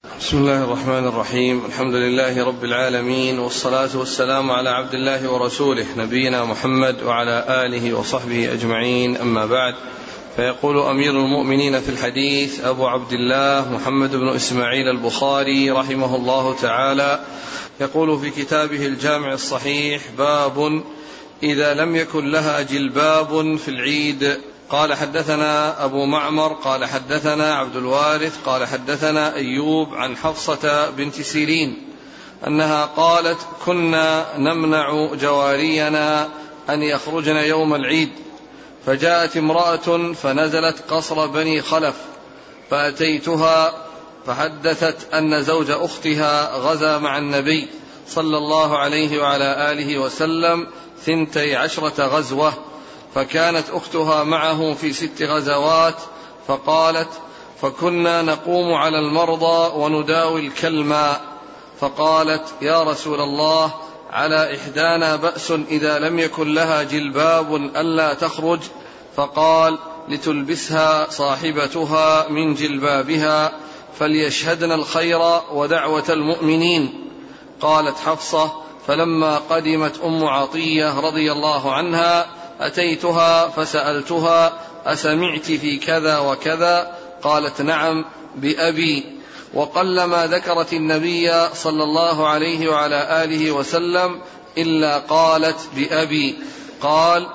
بسم الله الرحمن الرحيم. الحمد لله رب العالمين، والصلاة والسلام على عبد الله ورسوله نبينا محمد وعلى آله وصحبه أجمعين، أما بعد. فيقول أمير المؤمنين في الحديث أبو عبد الله محمد بن إسماعيل البخاري رحمه الله تعالى، يقول في كتابه الجامع الصحيح: باب إذا لم يكن لها جلباب في العيد. قال: حدثنا أبو معمر قال حدثنا عبد الوارث قال حدثنا أيوب عن حفصة بنت سيرين أنها قالت: كنا نمنع جوارينا أن يخرجن يوم العيد، فجاءت امرأة فنزلت قصر بني خلف، فأتيتها فحدثت أن زوج أختها غزا مع النبي صلى الله عليه وعلى آله وسلم 12 غزوة، فكانت أختها معه في 6 غزوات. فقالت: فكنا نقوم على المرضى ونداوي الكلماء. فقالت: يا رسول الله، على إحدانا بأس إذا لم يكن لها جلباب ألا تخرج؟ فقال: لتلبسها صاحبتها من جلبابها، فليشهدن الخير ودعوة المؤمنين. قالت حفصة: فلما قدمت أم عطية رضي الله عنها أتيتها فسألتها: أسمعت في كذا وكذا؟ قالت: نعم بأبي. وقلما ذكرت النبي صلى الله عليه وعلى آله وسلم إلا قالت بأبي. قال: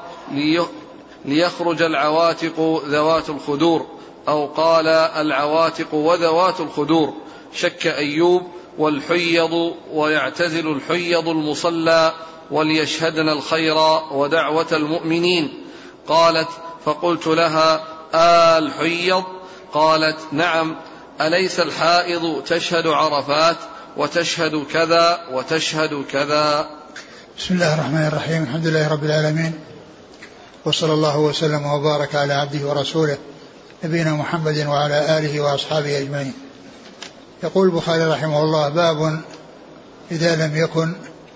ليخرج العواتق ذوات الخدور، أو قال العواتق وذوات الخدور. شك أيوب: والحيض، ويعتزل الحيض المصلى، وليشهدن الخير ودعوة المؤمنين. قالت: فقلت لها: الحيض؟ قالت: نعم. أليس الحائض تشهد عرفات وتشهد كذا وتشهد كذا؟ بسم الله الرحمن الرحيم. الحمد لله رب العالمين، وصلى الله وسلم وبارك على عبده ورسوله نبينا محمد وعلى آله وأصحابه أجمعين. يقول البخاري رحمه الله: باب إذا لم يكن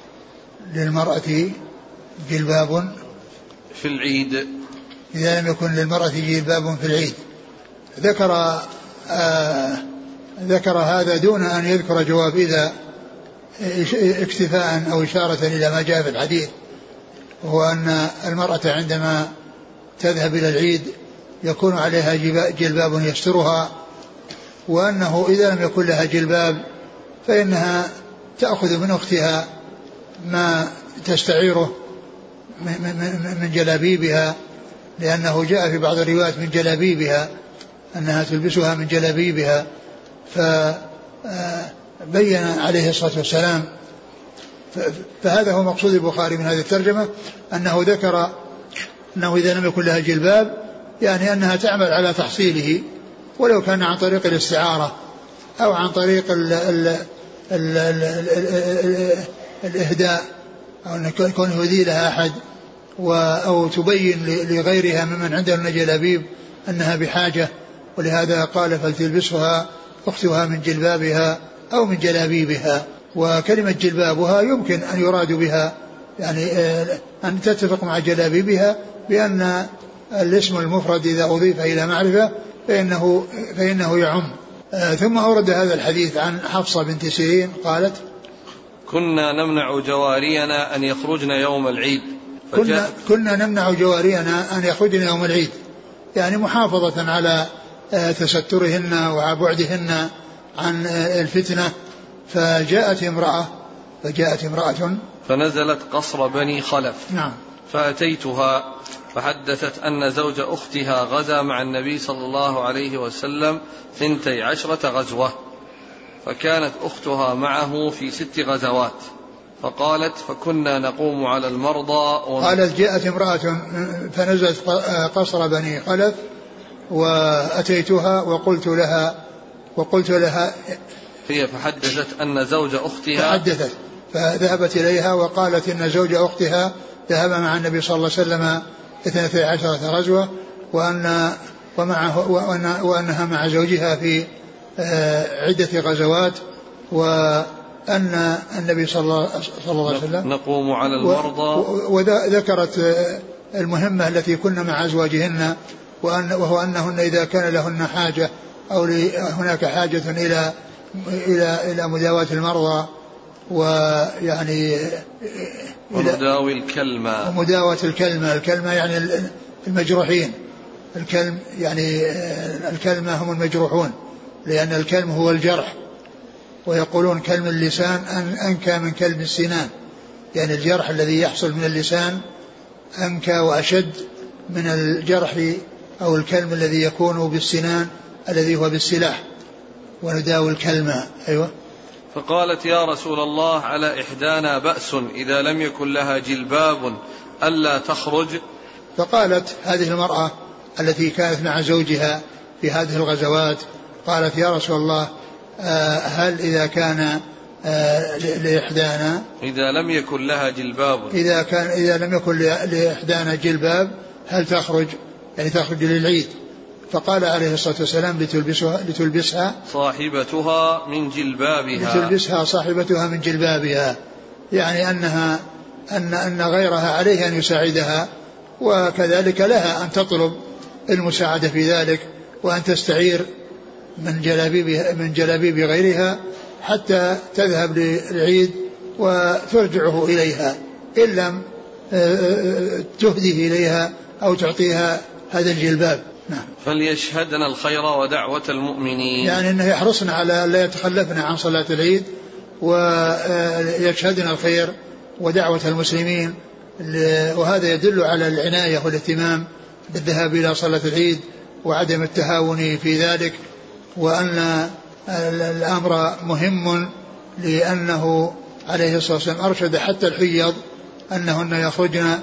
للمرأة جلباب في العيد. إذا لم يكن للمرأة جلباب في العيد. ذكر هذا دون أن يذكر جواب إذا، اكتفاء أو إشارة إلى ما جاء في الحديث، وهو أن المرأة عندما تذهب إلى العيد يكون عليها جلباب يسترها، وأنه إذا لم يكن لها جلباب فإنها تأخذ من أختها ما تستعيره من جلابيبها، لأنه جاء في بعض الروايات من جلابيبها أنها تلبسها من جلابيبها. فبين عليه الصلاة والسلام، فهذا هو مقصود البخاري من هذه الترجمة، أنه ذكر أنه إذا لم يكن لها جلباب يعني أنها تعمل على تحصيله، ولو كان عن طريق الاستعارة أو عن طريق الإهداء، أو أن يكون يهدي لها أحد، أو تبين لغيرها ممن عندها جلابيب أنها بحاجة. ولهذا قال: فلتلبسها أختها من جلبابها أو من جلابيبها. وكلمة جلبابها يمكن أن يراد بها يعني أن تتفق مع جلابيبها، بأن الاسم المفرد إذا أضيف إلى معرفة فإنه يعم. ثم أورد هذا الحديث عن حفصة بنت سيرين قالت: كنا نمنع جوارينا أن يخرجن يوم العيد. كنا نمنع جوارينا أن يخرجن يوم العيد، يعني محافظة على تسترهن وبعدهن عن الفتنة. فجاءت امرأة فنزلت قصر بني خلف. نعم. فأتيتها فحدثت أن زوج أختها غزا مع النبي صلى الله عليه وسلم 12 غزوة، فكانت أختها معه في 6 غزوات. فقالت: فكنا نقوم على المرضى قالت: جاءت امرأة فنزلت قصر بني خلف، وأتيتها وقلت لها هي فحدثت أن زوج أختها، فذهبت إليها وقالت إن زوج أختها ذهب مع النبي صلى الله عليه وسلم 12 غزوة، وأنها مع زوجها في عدة غزوات، وأن النبي صلى الله عليه وسلم نقوم على المرضى، وذكرت المهمة التي كنا مع أزواجهن، وهو أنهن إذا كان لهن حاجة أو هناك حاجة إلى إلى مداواة المرضى، ويعني ومداوي الكلمة، ومداواة الكلمة يعني المجروحين. الكلم يعني الكلمة هم المجروحون، لأن الكلم هو الجرح، ويقولون كلم اللسان أنكى من كلم السنان، يعني الجرح الذي يحصل من اللسان أنكى وأشد من الجرح أو الكلم الذي يكون بالسنان الذي هو بالسلاح. ونداوي الكلمة. أيوة. فقالت يا رسول الله على إحدانا بأس إذا لم يكن لها جلباب ألا تخرج؟ فقالت هذه المرأة التي كانت مع زوجها في هذه الغزوات، قالت يا رسول الله هل إذا كان لإحدانا إذا لم يكن لها جلباب، إذا لم يكن لإحدانا جلباب هل تخرج، يعني تخرج للعيد؟ فقال عليه الصلاة والسلام لتلبسها صاحبتها من جلبابها، لتلبسها صاحبتها من جلبابها، يعني أن غيرها عليه أن يساعدها، وكذلك لها أن تطلب المساعدة في ذلك، وأن تستعير من جلابيب غيرها حتى تذهب للعيد وترجعه إليها، إن لم تهديه إليها أو تعطيها هذا الجلباب. نعم. فليشهدن الخير ودعوة المؤمنين، يعني أنه يحرصن على لا يتخلفن عن صلاة العيد، ويشهدن الخير ودعوة المسلمين، وهذا يدل على العناية والاهتمام بالذهاب إلى صلاة العيد وعدم التهاون في ذلك، وأن الأمر مهم، لأنه عليه الصلاة والسلام أرشد حتى الحيض أنهن يخرجن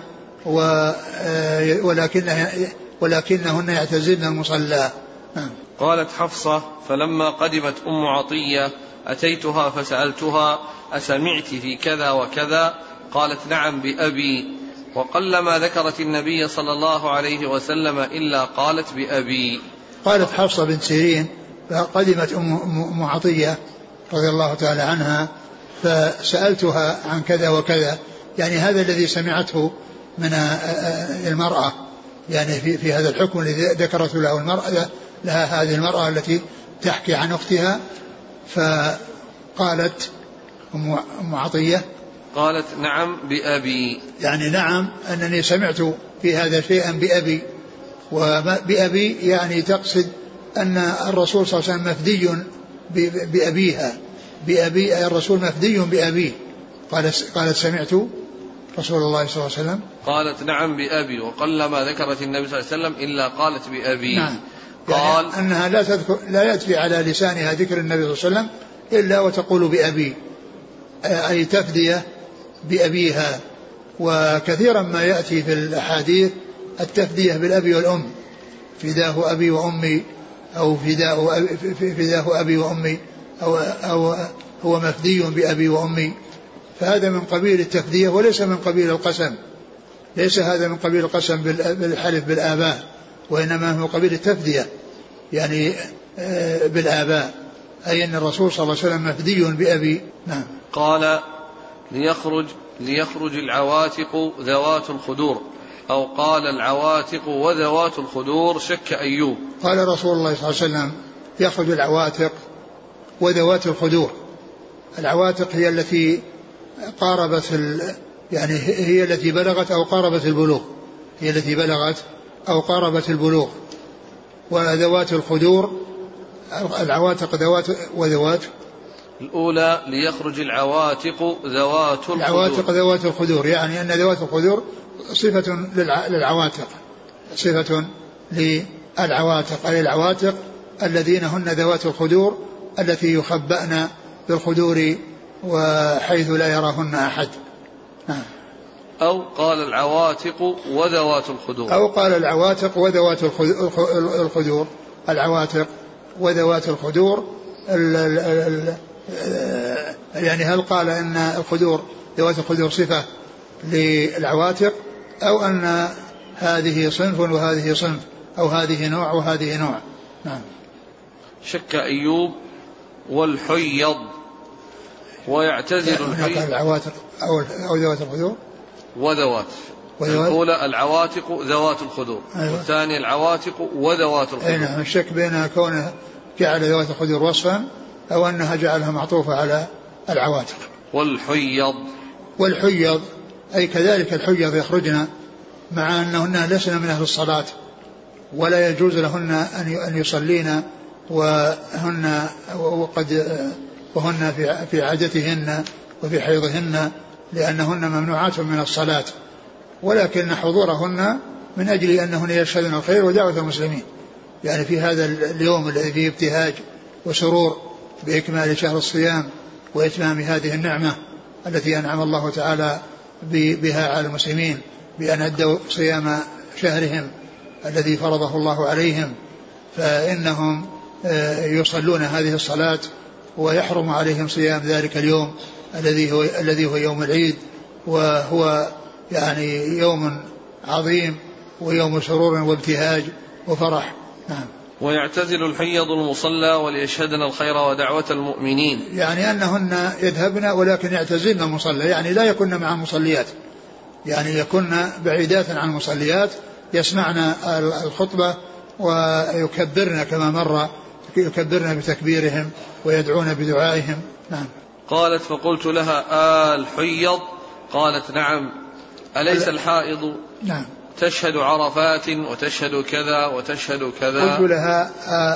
ولكنهن يعتزلن المصلى. قالت حفصة فلما قدمت أم عطية أتيتها فسألتها أسمعت في كذا وكذا؟ قالت نعم بأبي، وقلما ذكرت النبي صلى الله عليه وسلم إلا قالت بأبي. قالت حفصة بنت سيرين فقدمت أم عطية رضي الله تعالى عنها فسألتها عن كذا وكذا، يعني هذا الذي سمعته من المرأة، يعني في هذا الحكم الذي ذكرته له المرأة، لها هذه المرأة التي تحكي عن أختها. فقالت أم عطية قالت نعم بأبي، يعني نعم أنني سمعت في هذا شيئا بأبي. وبأبي يعني تقصد أن الرسول صلى الله عليه وسلم مفدي بأبيها، بأبي أي الرسول مفدي بأبيه. قالت سمعت رسول الله صلى الله عليه وسلم. قالت نعم بأبي، وقلما ذكرت النبي صلى الله عليه وسلم إلا قالت بأبي. نعم. قال يعني أنها لا يتلي على لسانها ذكر النبي صلى الله عليه وسلم إلا وتقول بأبي، أي تفدية بأبيها. وكثيرا ما يأتي في الأحاديث التفدية بالأبي والأم، فداه أبي وأمي، أو فداه أبي وأمي، أو هو مفدي بأبي وأمي. فهذا من قبيل التفدية وليس من قبيل القسم، ليس هذا من قبيل القسم بالحلف بالآباء، وإنما هو قبيل التفدية يعني بالآباء، أي أن الرسول صلى الله عليه وسلم مفدي بأبي. نعم. قال ليخرج العواتق ذوات الخدور، أو قال العواتق وذوات الخدور، شك أيوب. قال رسول الله صلى الله عليه وسلم يخرج العواتق وذوات الخدور. العواتق هي التي قاربت يعني هي التي بلغت أو قاربت البلوغ، هي التي بلغت أو قاربت البلوغ. وذوات الخدور العواتق وذوات الأولى ليخرج العواتق ذوات الخدور، العواتق ذوات الخدور، يعني أن ذوات الخدور صفة للعواتق، صفة للعواتق، أي العواتق الذين هن ذوات الخدور التي يخبأن بالخدور وحيث لا يراهن أحد. أو قال العواتق وذوات الخدور، أو قال العواتق وذوات الخدور، العواتق وذوات الخدور. يعني هل قال أن الخدور ذوات الخدور صفة للعواتق، أو أن هذه صنف وهذه صنف، أو هذه نوع وهذه نوع. نعم. شك أيوب. والحيض ويعتزل الحيض. العواتق أو ذوات الخدور وذوات. الأولى العواتق ذوات الخدور. أيوة. والثانية العواتق وذوات الخدور. نعم. الشك بين كونه جعل ذوات الخدور وصفا أو أنها جعلها معطوفة على العواتق. والحيض أي كذلك الحيض يخرجن مع أنهن لسن من أهل الصلاة ولا يجوز لهن أن يصلين وهن في عادتهن وفي حيضهن لأنهن ممنوعات من الصلاة، ولكن حضورهن من أجل أنهن يشهدن الخير ودعوة المسلمين، يعني في هذا اليوم الذي فيه ابتهاج وسرور بإكمال شهر الصيام وإتمام هذه النعمة التي أنعم الله تعالى بها على المسلمين بأن أدوا صيام شهرهم الذي فرضه الله عليهم، فإنهم يصلون هذه الصلاة ويحرم عليهم صيام ذلك اليوم الذي هو يوم العيد، وهو يعني يوم عظيم ويوم سرور وابتهاج وفرح. نعم. ويعتزل الحيض المصلى وليشهدن الخير ودعوة المؤمنين، يعني أنهن يذهبن ولكن يعتزلن المصلى، يعني لا يكن مع المصليات، يعني يكن بعيدات عن المصليات، يسمعن الخطبة ويكبرن كما مر، يكبرن بتكبيرهم ويدعون بدعائهم. نعم. قالت فقلت لها الحيض؟ قالت نعم. أليس الحائض نعم تشهد عرفات وتشهد كذا وتشهد كذا؟ قلت لها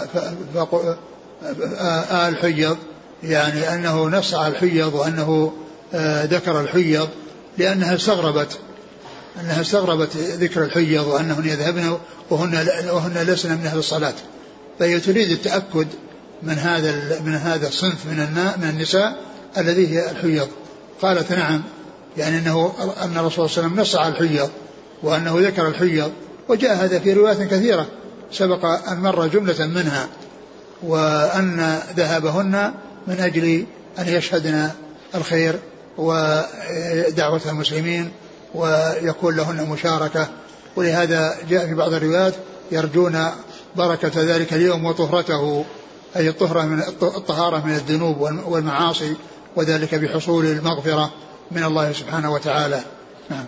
الحيض، يعني أنه نص على الحيض وأنه ذكر الحيض لأنها استغربت ذكر الحيض وأنهن يذهبن وهن لسن من أهل الصلاة، فهي تريد التأكد من هذا الصنف من النساء الذي هي الحيض. قالت نعم، يعني أن الرسول صلى الله عليه وسلم نص على الحيض وأنه ذكر الحيض، وجاء هذا في روايات كثيرة سبق أن مر جملة منها، وأن ذهابهن من أجل أن يشهدن الخير ودعوة المسلمين ويكون لهن مشاركة، ولهذا جاء في بعض الروايات يرجون بركة ذلك اليوم وطهرته، أي الطهارة من الذنوب والمعاصي، وذلك بحصول المغفرة من الله سبحانه وتعالى. نعم.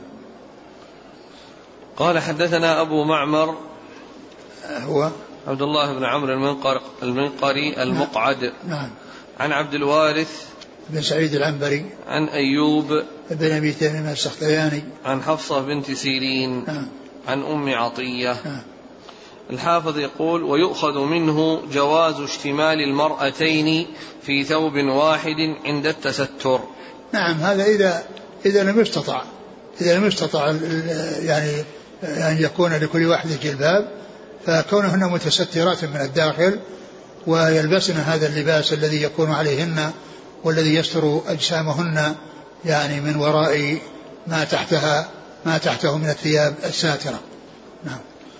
قال حدثنا أبو معمر هو عبد الله بن عمرو المنقري المقعد. نعم. عن عبد الوارث بن سعيد العنبري عن أيوب بن أبي تميم السختياني عن حفصة بنت سيرين. نعم. عن أم عطية. نعم. الحافظ يقول ويؤخذ منه جواز اشتمال المرأتين في ثوب واحد عند التستر. نعم، هذا إذا لم يستطع يعني أن يكون لكل واحد جلباب، فكونهن متسترات من الداخل ويلبسن هذا اللباس الذي يكون عليهن والذي يستر أجسامهن، يعني من وراء ما تحته من الثياب الساترة. نعم.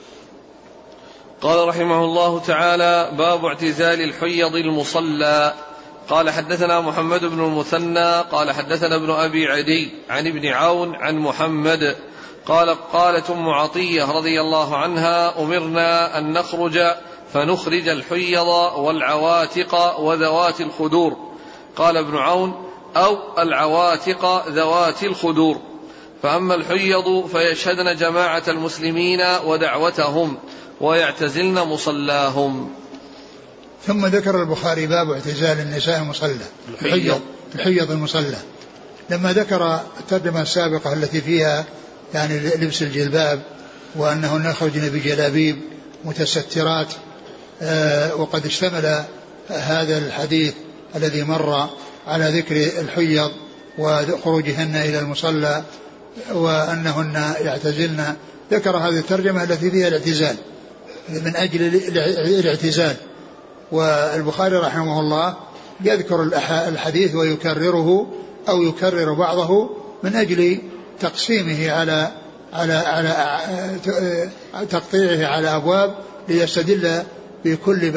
قال رحمه الله تعالى باب اعتزال الحيض المصلى. قال حدثنا محمد بن المثنى قال حدثنا ابن أبي عدي عن ابن عون عن محمد قالت أم عطية رضي الله عنها أمرنا أن نخرج فنخرج الحيض والعواتق وذوات الخدور. قال ابن عون أو العواتق ذوات الخدور، فأما الحيض فيشهدن جماعة المسلمين ودعوتهم ويعتزلن مصلاهم. ثم ذكر البخاري باب اعتزال النساء المصلى الحيض المصلى، لما ذكر الترجمة السابقة التي فيها يعني لبس الجلباب وأنهن يخرجن بجلابيب متسترات، وقد اشتمل هذا الحديث الذي مر على ذكر الحيض وخروجهن إلى المصلى وأنهن يعتزلن. ذكر هذه الترجمة التي فيها الاعتزال من أجل الاعتزال، والبخاري رحمه الله يذكر الحديث ويكرره أو يكرر بعضه من أجل تقسيمه على تقطيعه على أبواب ليستدل لكل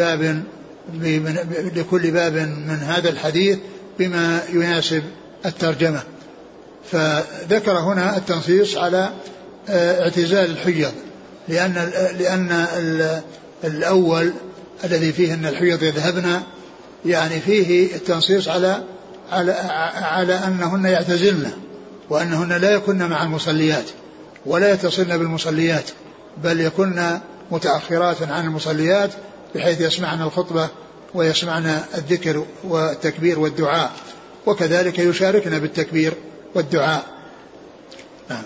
باب من هذا الحديث بما يناسب الترجمة. فذكر هنا التنصيص على اعتزال الحيض لأن الأول الذي فيه أن الحيض يذهبن يعني فيه التنصيص على أنهن يعتزلن وأنهن لا يكن مع المصليات ولا يتصلن بالمصليات، بل يكن متأخرات عن المصليات بحيث يسمعن الخطبة ويسمعن الذكر والتكبير والدعاء، وكذلك يشاركنا بالتكبير والدعاء. نعم.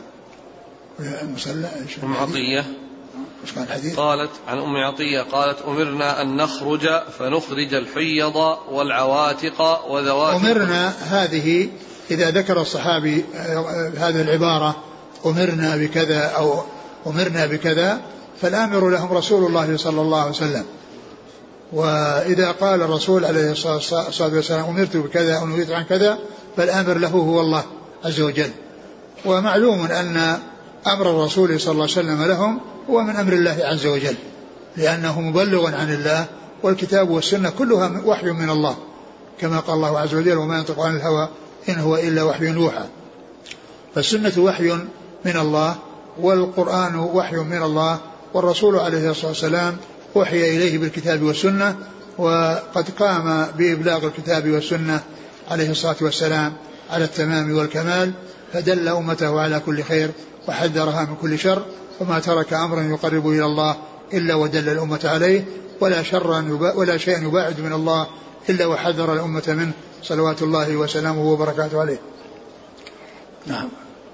أم عطية قالت عن أم عطية قالت أمرنا أن نخرج فنخرج الحيض والعواتق وذوات. أمرنا هذه إذا ذكر الصحابي هذه العبارة أمرنا بكذا أو أمرنا بكذا فالآمر لهم رسول الله صلى الله عليه وسلم. وإذا قال الرسول عليه الصلاة والسلام أمرت بكذا أو نهيت عن كذا فالآمر له هو الله عز وجل. ومعلوم أن أمر الرسول صلى الله عليه وسلم لهم هو من أمر الله عز وجل، لأنه مبلغ عن الله، والكتاب والسنة كلها وحي من الله، كما قال الله عز وجل وما ينطق عن الهوى إن هو إلا وحي يوحى. فالسنة وحي من الله، والقرآن وحي من الله، والرسول عليه الصلاة والسلام وحي إليه بالكتاب والسنة، وقد قام بإبلاغ الكتاب والسنة عليه الصلاة والسلام على التمام والكمال، فدل أمته على كل خير وحذرها من كل شر، وما ترك أمرا يقرب إلى الله إلا ودل الأمة عليه، ولا شيء يباعد من الله إلا وحذر الأمة منه صلوات الله وسلامه وبركاته عليه. نعم.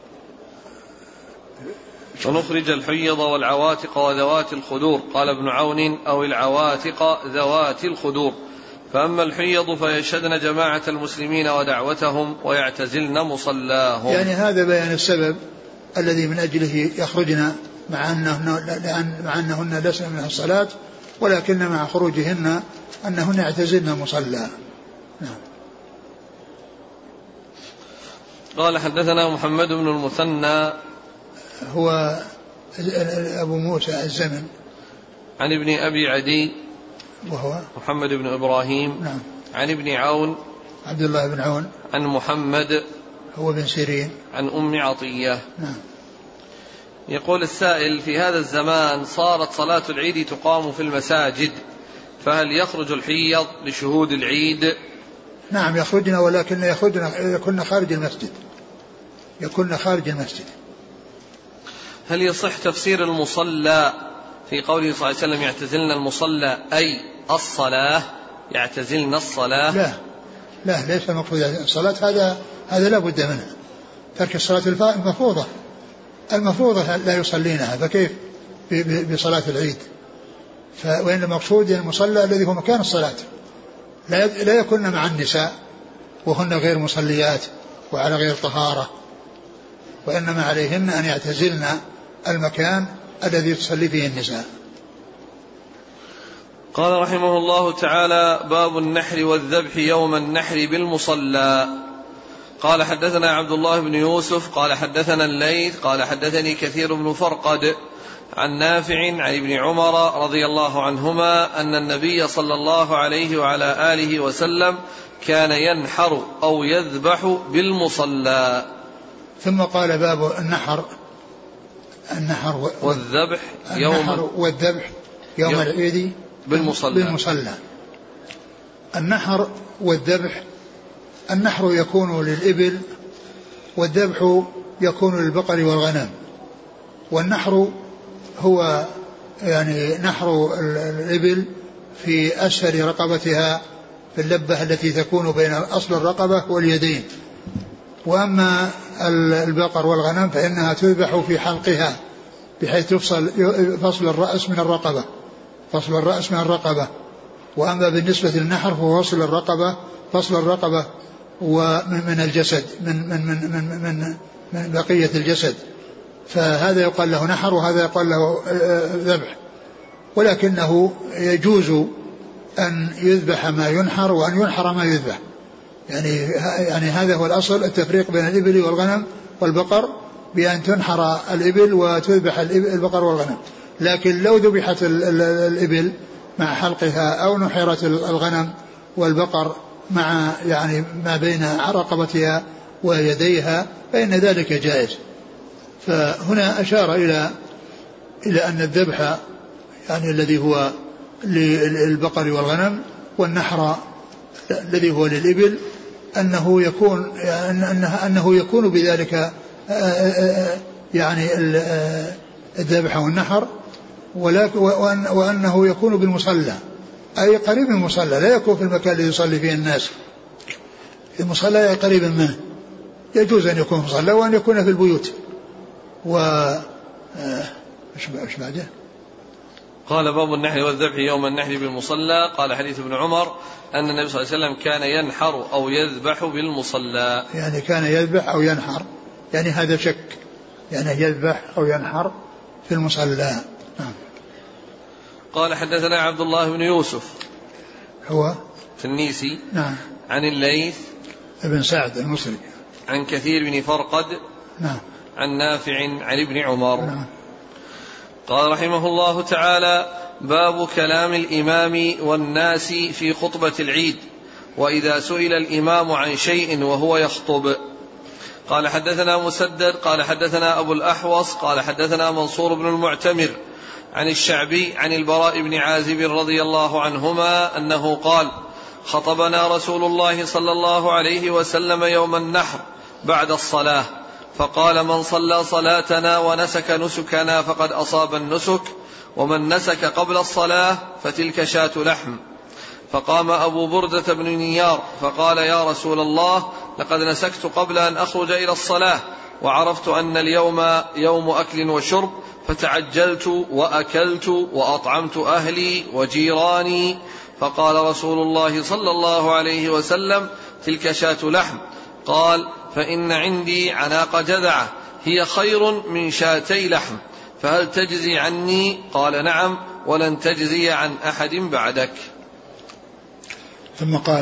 ونخرج الحيض والعواتق وذوات الخدور. قال ابن عون أو العواتق ذوات الخدور. فأما الحيض فيشهدن جماعة المسلمين ودعوتهم ويعتزلن مصلاهم. يعني هذا بيان السبب الذي من أجله يخرجن مع أنهن لسن من الصلاة، ولكن مع خروجهن أنهن يعتزلن مصلى. نعم. قال حدثنا محمد بن المثنى هو أبو موسى الزمن عن ابن أبي عدي وهو محمد بن إبراهيم. نعم. عن ابن عون عبد الله بن عون عن محمد هو بن سيرين عن أم عطية. نعم. يقول السائل: في هذا الزمان صارت صلاة العيد تقام في المساجد، فهل يخرج الحيض لشهود العيد؟ نعم يخرجن، ولكن يكون خارج المسجد، يكون خارج المسجد. هل يصح تفسير المصلى في قوله صلى الله عليه وسلم يعتزلن المصلى أي الصلاة، يعتزلن الصلاة؟ لا ليس المقصود الصلاة، هذا لا بد منه. ترك الصلاة المفروضة لا يصلينها، فكيف بصلاة العيد؟ وإن المقصود المصلى الذي هو مكان الصلاة، لا يكون مع النساء وهن غير مصليات وعلى غير طهارة، وإنما عليهن أن يعتزلن المكان الذي تصلي فيه النساء. قال رحمه الله تعالى: باب النحر والذبح يوم النحر بالمصلى. قال حدثنا عبد الله بن يوسف قال حدثنا الليث قال حدثني كثير بن فرقد عن نافع عن ابن عمر رضي الله عنهما أن النبي صلى الله عليه وعلى آله وسلم كان ينحر أو يذبح بالمصلى. ثم قال باب النحر والذبح يوم العيد بالمصلى. النحر والذبح، النحر يكون للإبل، والذبح يكون للبقر والغنم. والنحر هو يعني نحر الإبل في أسفل رقبتها في اللبة التي تكون بين أصل الرقبة واليدين، وأما البقر والغنم فإنها تذبح في حلقها بحيث فصل الرأس من الرقبة. وأما بالنسبة للنحر فهو فصل الرقبة ومن الجسد من بقية الجسد، فهذا يقال له نحر وهذا يقال له ذبح. ولكنه يجوز أن يذبح ما ينحر وأن ينحر ما يذبح، يعني هذا هو الأصل، التفريق بين الإبل والغنم والبقر بأن تنحر الإبل وتذبح البقر والغنم. لكن لو ذبحت الإبل مع حلقها أو نحرت الغنم والبقر مع يعني ما بين رقبتها ويديها فإن ذلك جائز. فهنا أشار إلى أن الذبح يعني الذي هو للبقر والغنم، والنحر الذي هو للإبل أنه يكون بذلك يعني الذبح والنحر، وأنه يكون بالمصلى أي قريب من المصلى، لا يكون في المكان الذي يصلي فيه الناس، المصلى قريب منه، يجوز أن يكون في المصلى وأن يكون في البيوت. إيش بعده؟ قال باب النحر والذبح يوم النحر بالمصلى. قال حديث ابن عمر أن النبي صلى الله عليه وسلم كان ينحر أو يذبح بالمصلى. يعني كان يذبح أو ينحر، يعني هذا شك، يعني يذبح أو ينحر في المصلى. نعم. قال حدثنا عبد الله بن يوسف هو التنيسي. نعم. عن الليث ابن سعد المصري. عن كثير بن فرقد. نعم. عن نافع عن ابن عمر. نعم. قال رحمه الله تعالى: باب كلام الإمام والناس في خطبة العيد، وإذا سئل الإمام عن شيء وهو يخطب. قال حدثنا مسدد قال حدثنا أبو الأحوص قال حدثنا منصور بن المعتمر عن الشعبي عن البراء بن عازب رضي الله عنهما أنه قال: خطبنا رسول الله صلى الله عليه وسلم يوم النحر بعد الصلاة، فقال: من صلى صلاتنا ونسك نسكنا فقد أصاب النسك، ومن نسك قبل الصلاة فتلك شاة لحم. فقام أبو بردة بن نيار فقال: يا رسول الله، لقد نسكت قبل أن أخرج إلى الصلاة، وعرفت أن اليوم يوم أكل وشرب، فتعجلت وأكلت وأطعمت أهلي وجيراني. فقال رسول الله صلى الله عليه وسلم: تلك شاة لحم. قال: فإن عندي عناق جذعة هي خير من شاتي لحم، فهل تجزي عني؟ قال: نعم، ولن تجزي عن أحد بعدك. ثم قال: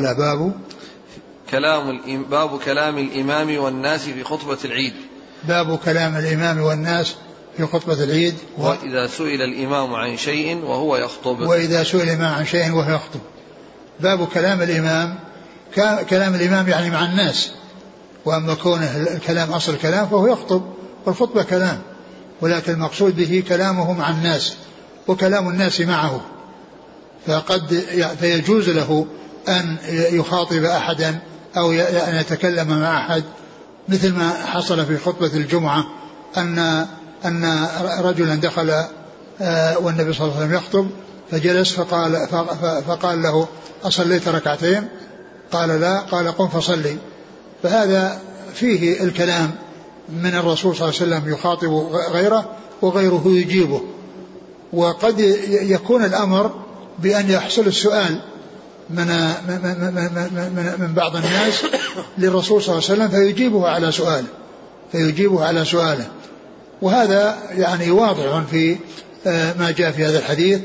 باب كلام الإمام والناس في خطبة العيد. باب كلام الإمام والناس في خطبة العيد. وإذا سئل الإمام عن شيء وهو يخطب. وإذا سئل الإمام عن شيء وهو يخطب. باب كلام الإمام، كلام الإمام يعني مع الناس، وأما كونه الكلام أصل الكلام فهو يخطب، والخطبة كلام، ولكن المقصود به كلامه مع الناس وكلام الناس معه، فيجوز له أن يخاطب أحدا أو أن يتكلم مع أحد، مثل ما حصل في خطبة الجمعة أن رجلا دخل والنبي صلى الله عليه وسلم يخطب، فجلس فقال له: أصليت ركعتين؟ قال: لا. قال: قم فصلي. فهذا فيه الكلام من الرسول صلى الله عليه وسلم يخاطب غيره وغيره يجيبه. وقد يكون الأمر بأن يحصل السؤال من بعض الناس للرسول صلى الله عليه وسلم فيجيبه على سؤاله. وهذا يعني واضح في ما جاء في هذا الحديث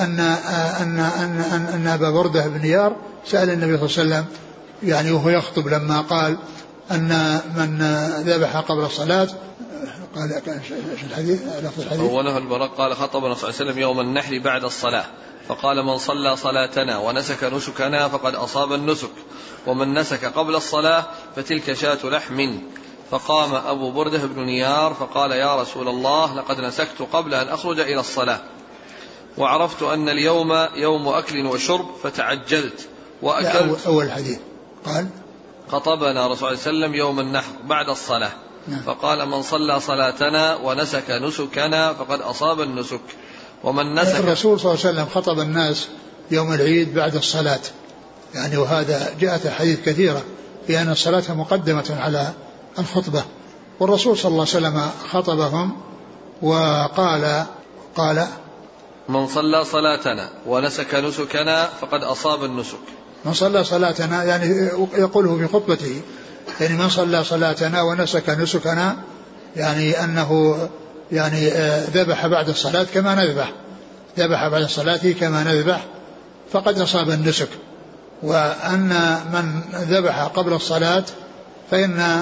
أن أبا بردة بن نيار سأل النبي صلى الله عليه وسلم يعني وهو يخطب لما قال أن من ذبح قبل الصلاة، قال الحديث لفظ الحديث أوله البراء قال: خطبنا صلى الله عليه وسلم يوم النحر بعد الصلاة، فقال: من صلى صلاتنا ونسك نسكنا فقد أصاب النسك، ومن نسك قبل الصلاة فتلك شاة لحم. فقام أبو بردة بن نيار فقال: يا رسول الله، لقد نسكت قبل أن أخرج إلى الصلاة، وعرفت أن اليوم يوم أكل وشرب، فتعجلت وأكلت. أول الحديث قال: خطبنا رسول الله صلى الله عليه وسلم يوم النحر بعد الصلاة، فقال: من صلى صلاتنا ونسك نسكنا فقد أصاب النسك، ومن نسك. الرسول صلى الله عليه وسلم خطب الناس يوم العيد بعد الصلاة، يعني وهذا جاءت حديث كثيرة بأن الصلاة مقدمة على الخطبة، والرسول صلى الله عليه وسلم خطبهم وقال: من صلى صلاتنا ونسك نسكنا فقد أصاب النسك. من صلى صلاتنا يعني يقوله في خطبته، يعني من صلى صلاتنا ونسك نسكنا، يعني أنه يعني ذبح بعد الصلاة كما نذبح، ذبح بعد الصلاة كما نذبح فقد أصاب النسك. وأن من ذبح قبل الصلاة فإن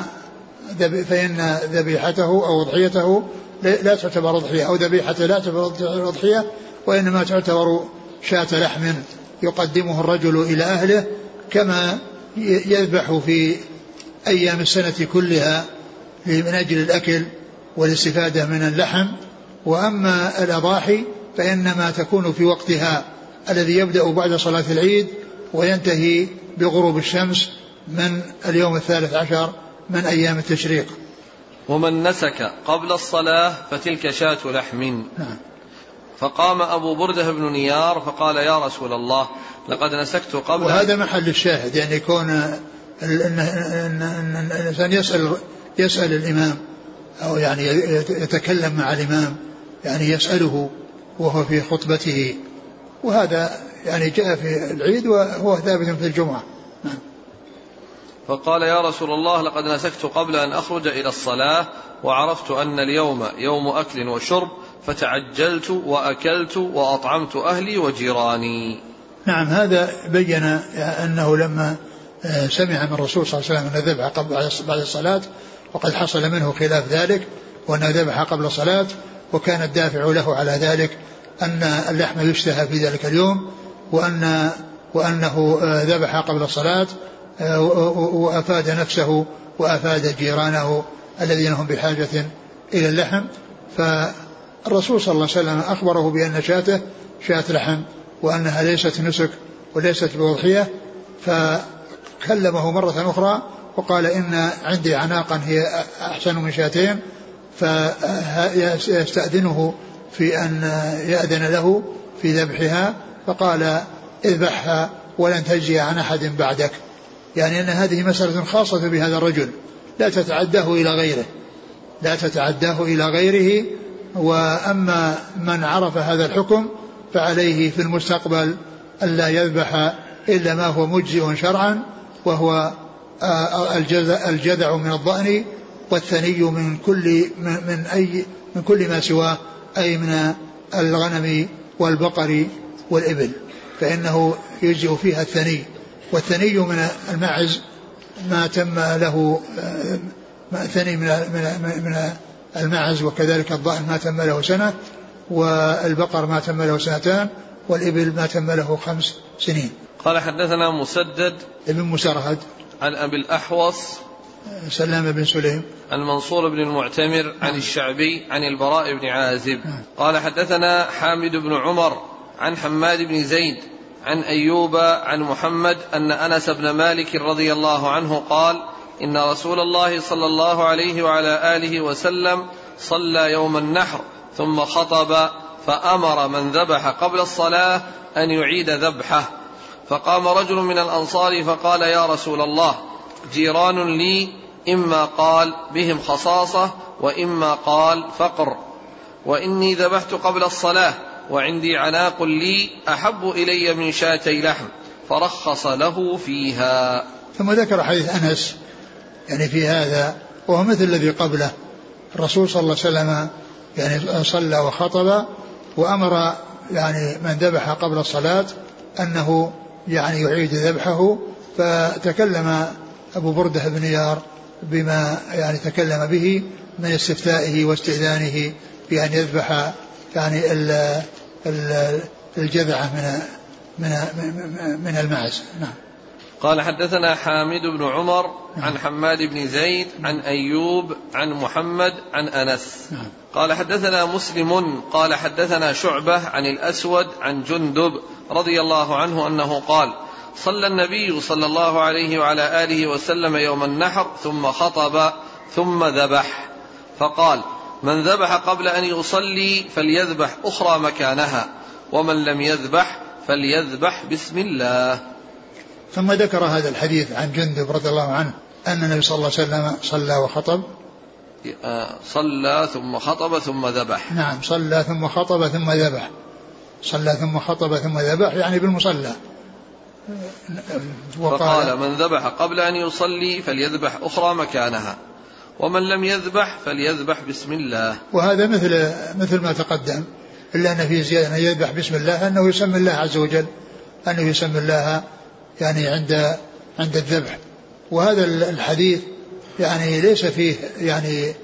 ذبيحته أو أضحيته لا تعتبر أضحية، أو ذبيحته لا تعتبر أضحية، وإنما تعتبر شاة لحم يقدمه الرجل إلى أهله كما يذبح في أيام السنة كلها من أجل الأكل والاستفادة من اللحم. وأما الأضاحي فإنما تكون في وقتها الذي يبدأ بعد صلاة العيد وينتهي بغروب الشمس من اليوم 13 من أيام التشريق. ومن نسك قبل الصلاة فتلك شاة لحم. نعم. فقام أبو بردة بن نيار فقال: يا رسول الله، لقد نسكت قبل. وهذا محل الشاهد، يعني يكون الإنسان يسأل الإمام، أو يعني يتكلم مع الإمام، يعني يسأله وهو في خطبته، وهذا يعني جاء في العيد وهو ثابت في الجمعة. فقال يا رسول الله لقد نسكت قبل أن أخرج إلى الصلاة، وعرفت أن اليوم يوم أكل وشرب، فتعجلت وأكلت وأطعمت أهلي وجيراني. نعم، هذا بين أنه لما سمع من الرسول صلى الله عليه وسلم أنه ذبح بعد الصلاة، وقد حصل منه خلاف ذلك، وأنه ذبح قبل الصلاة، وكان الدافع له على ذلك أن اللحم يشتهى في ذلك اليوم، وأنه ذبح قبل الصلاة، وأفاد نفسه وأفاد جيرانه الذين هم بحاجة إلى اللحم. فالرسول صلى الله عليه وسلم أخبره بأن شاته شاة لحم، وأنها ليست نسك وليست بوضحية، فكلمه مرة أخرى وقال إن عندي عناقا هي أحسن من شاتين، فيستأذنه في أن يأذن له في ذبحها، فقال اذبحها ولن تجزي عن أحد بعدك، يعني أن هذه مسألة خاصة بهذا الرجل لا تتعداه إلى غيره. وأما من عرف هذا الحكم فعليه في المستقبل ألا يذبح إلا ما هو مجزئ شرعا، وهو الجذع من الضأن، والثني من كل ما سواه، أي من الغنم والبقر والإبل، فإنه يجزئ فيها الثني. والثني من المعز ما تم له ثني من المعز، وكذلك الضأن ما تم له سنة، والبقر ما تم له 2 والإبل ما تم له 5 سنين. قال حدثنا مسدد ابن مسرهد عن أبي الأحوص سلام بن سليم عن منصور بن المعتمر عن الشعبي عن البراء بن عازب قال حدثنا حامد بن عمر عن حماد بن زيد عن أيوب عن محمد أن أنس بن مالك رضي الله عنه قال إن رسول الله صلى الله عليه وعلى آله وسلم صلى يوم النحر ثم خطب، فأمر من ذبح قبل الصلاة أن يعيد ذبحه، فقام رجل من الأنصار فقال يا رسول الله جيران لي إما قال بهم خصاصة وإما قال فقر، وإني ذبحت قبل الصلاة وعندي عناق لي أحب إلي من شاتي لحم، فرخص له فيها. ثم ذكر حديث أنس يعني في هذا، وهو مثل الذي قبله. الرسول صلى الله عليه وسلم يعني صلى وخطب، وأمر يعني من ذبح قبل الصلاة أنه يعني يعيد ذبحه، فتكلم أبو بردة بن يار بما يعني تكلم به من استفتائه واستئذانه بأن يذبح يعني الجذعة من المعز. نعم. قال حدثنا حامد بن عمر عن حماد بن زيد عن أيوب عن محمد عن أنس. قال حدثنا مسلم قال حدثنا شعبة عن الأسود عن جندب رضي الله عنه أنه قال صلى النبي صلى الله عليه وعلى آله وسلم يوم النحر ثم خطب ثم ذبح، فقال من ذبح قبل أن يصلي فليذبح أخرى مكانها، ومن لم يذبح فليذبح بسم الله. ثم ذكر هذا الحديث عن جندب رضي الله عنه أن النبي صلى الله عليه وسلم صلى وخطب، صلى ثم خطب ثم ذبح. نعم، صلى ثم خطب ثم ذبح، صلى ثم خطب ثم ذبح يعني بالمصلى. فقال من ذبح قبل أن يصلي فليذبح أخرى مكانها، ومن لم يذبح فليذبح بسم الله. وهذا مثل ما تقدم، إلا أن في زيادة أن يذبح بسم الله، أنه يسمي الله عز وجل، أنه يسمي الله يعني عند الذبح. وهذا الحديث يعني ليس فيه يعني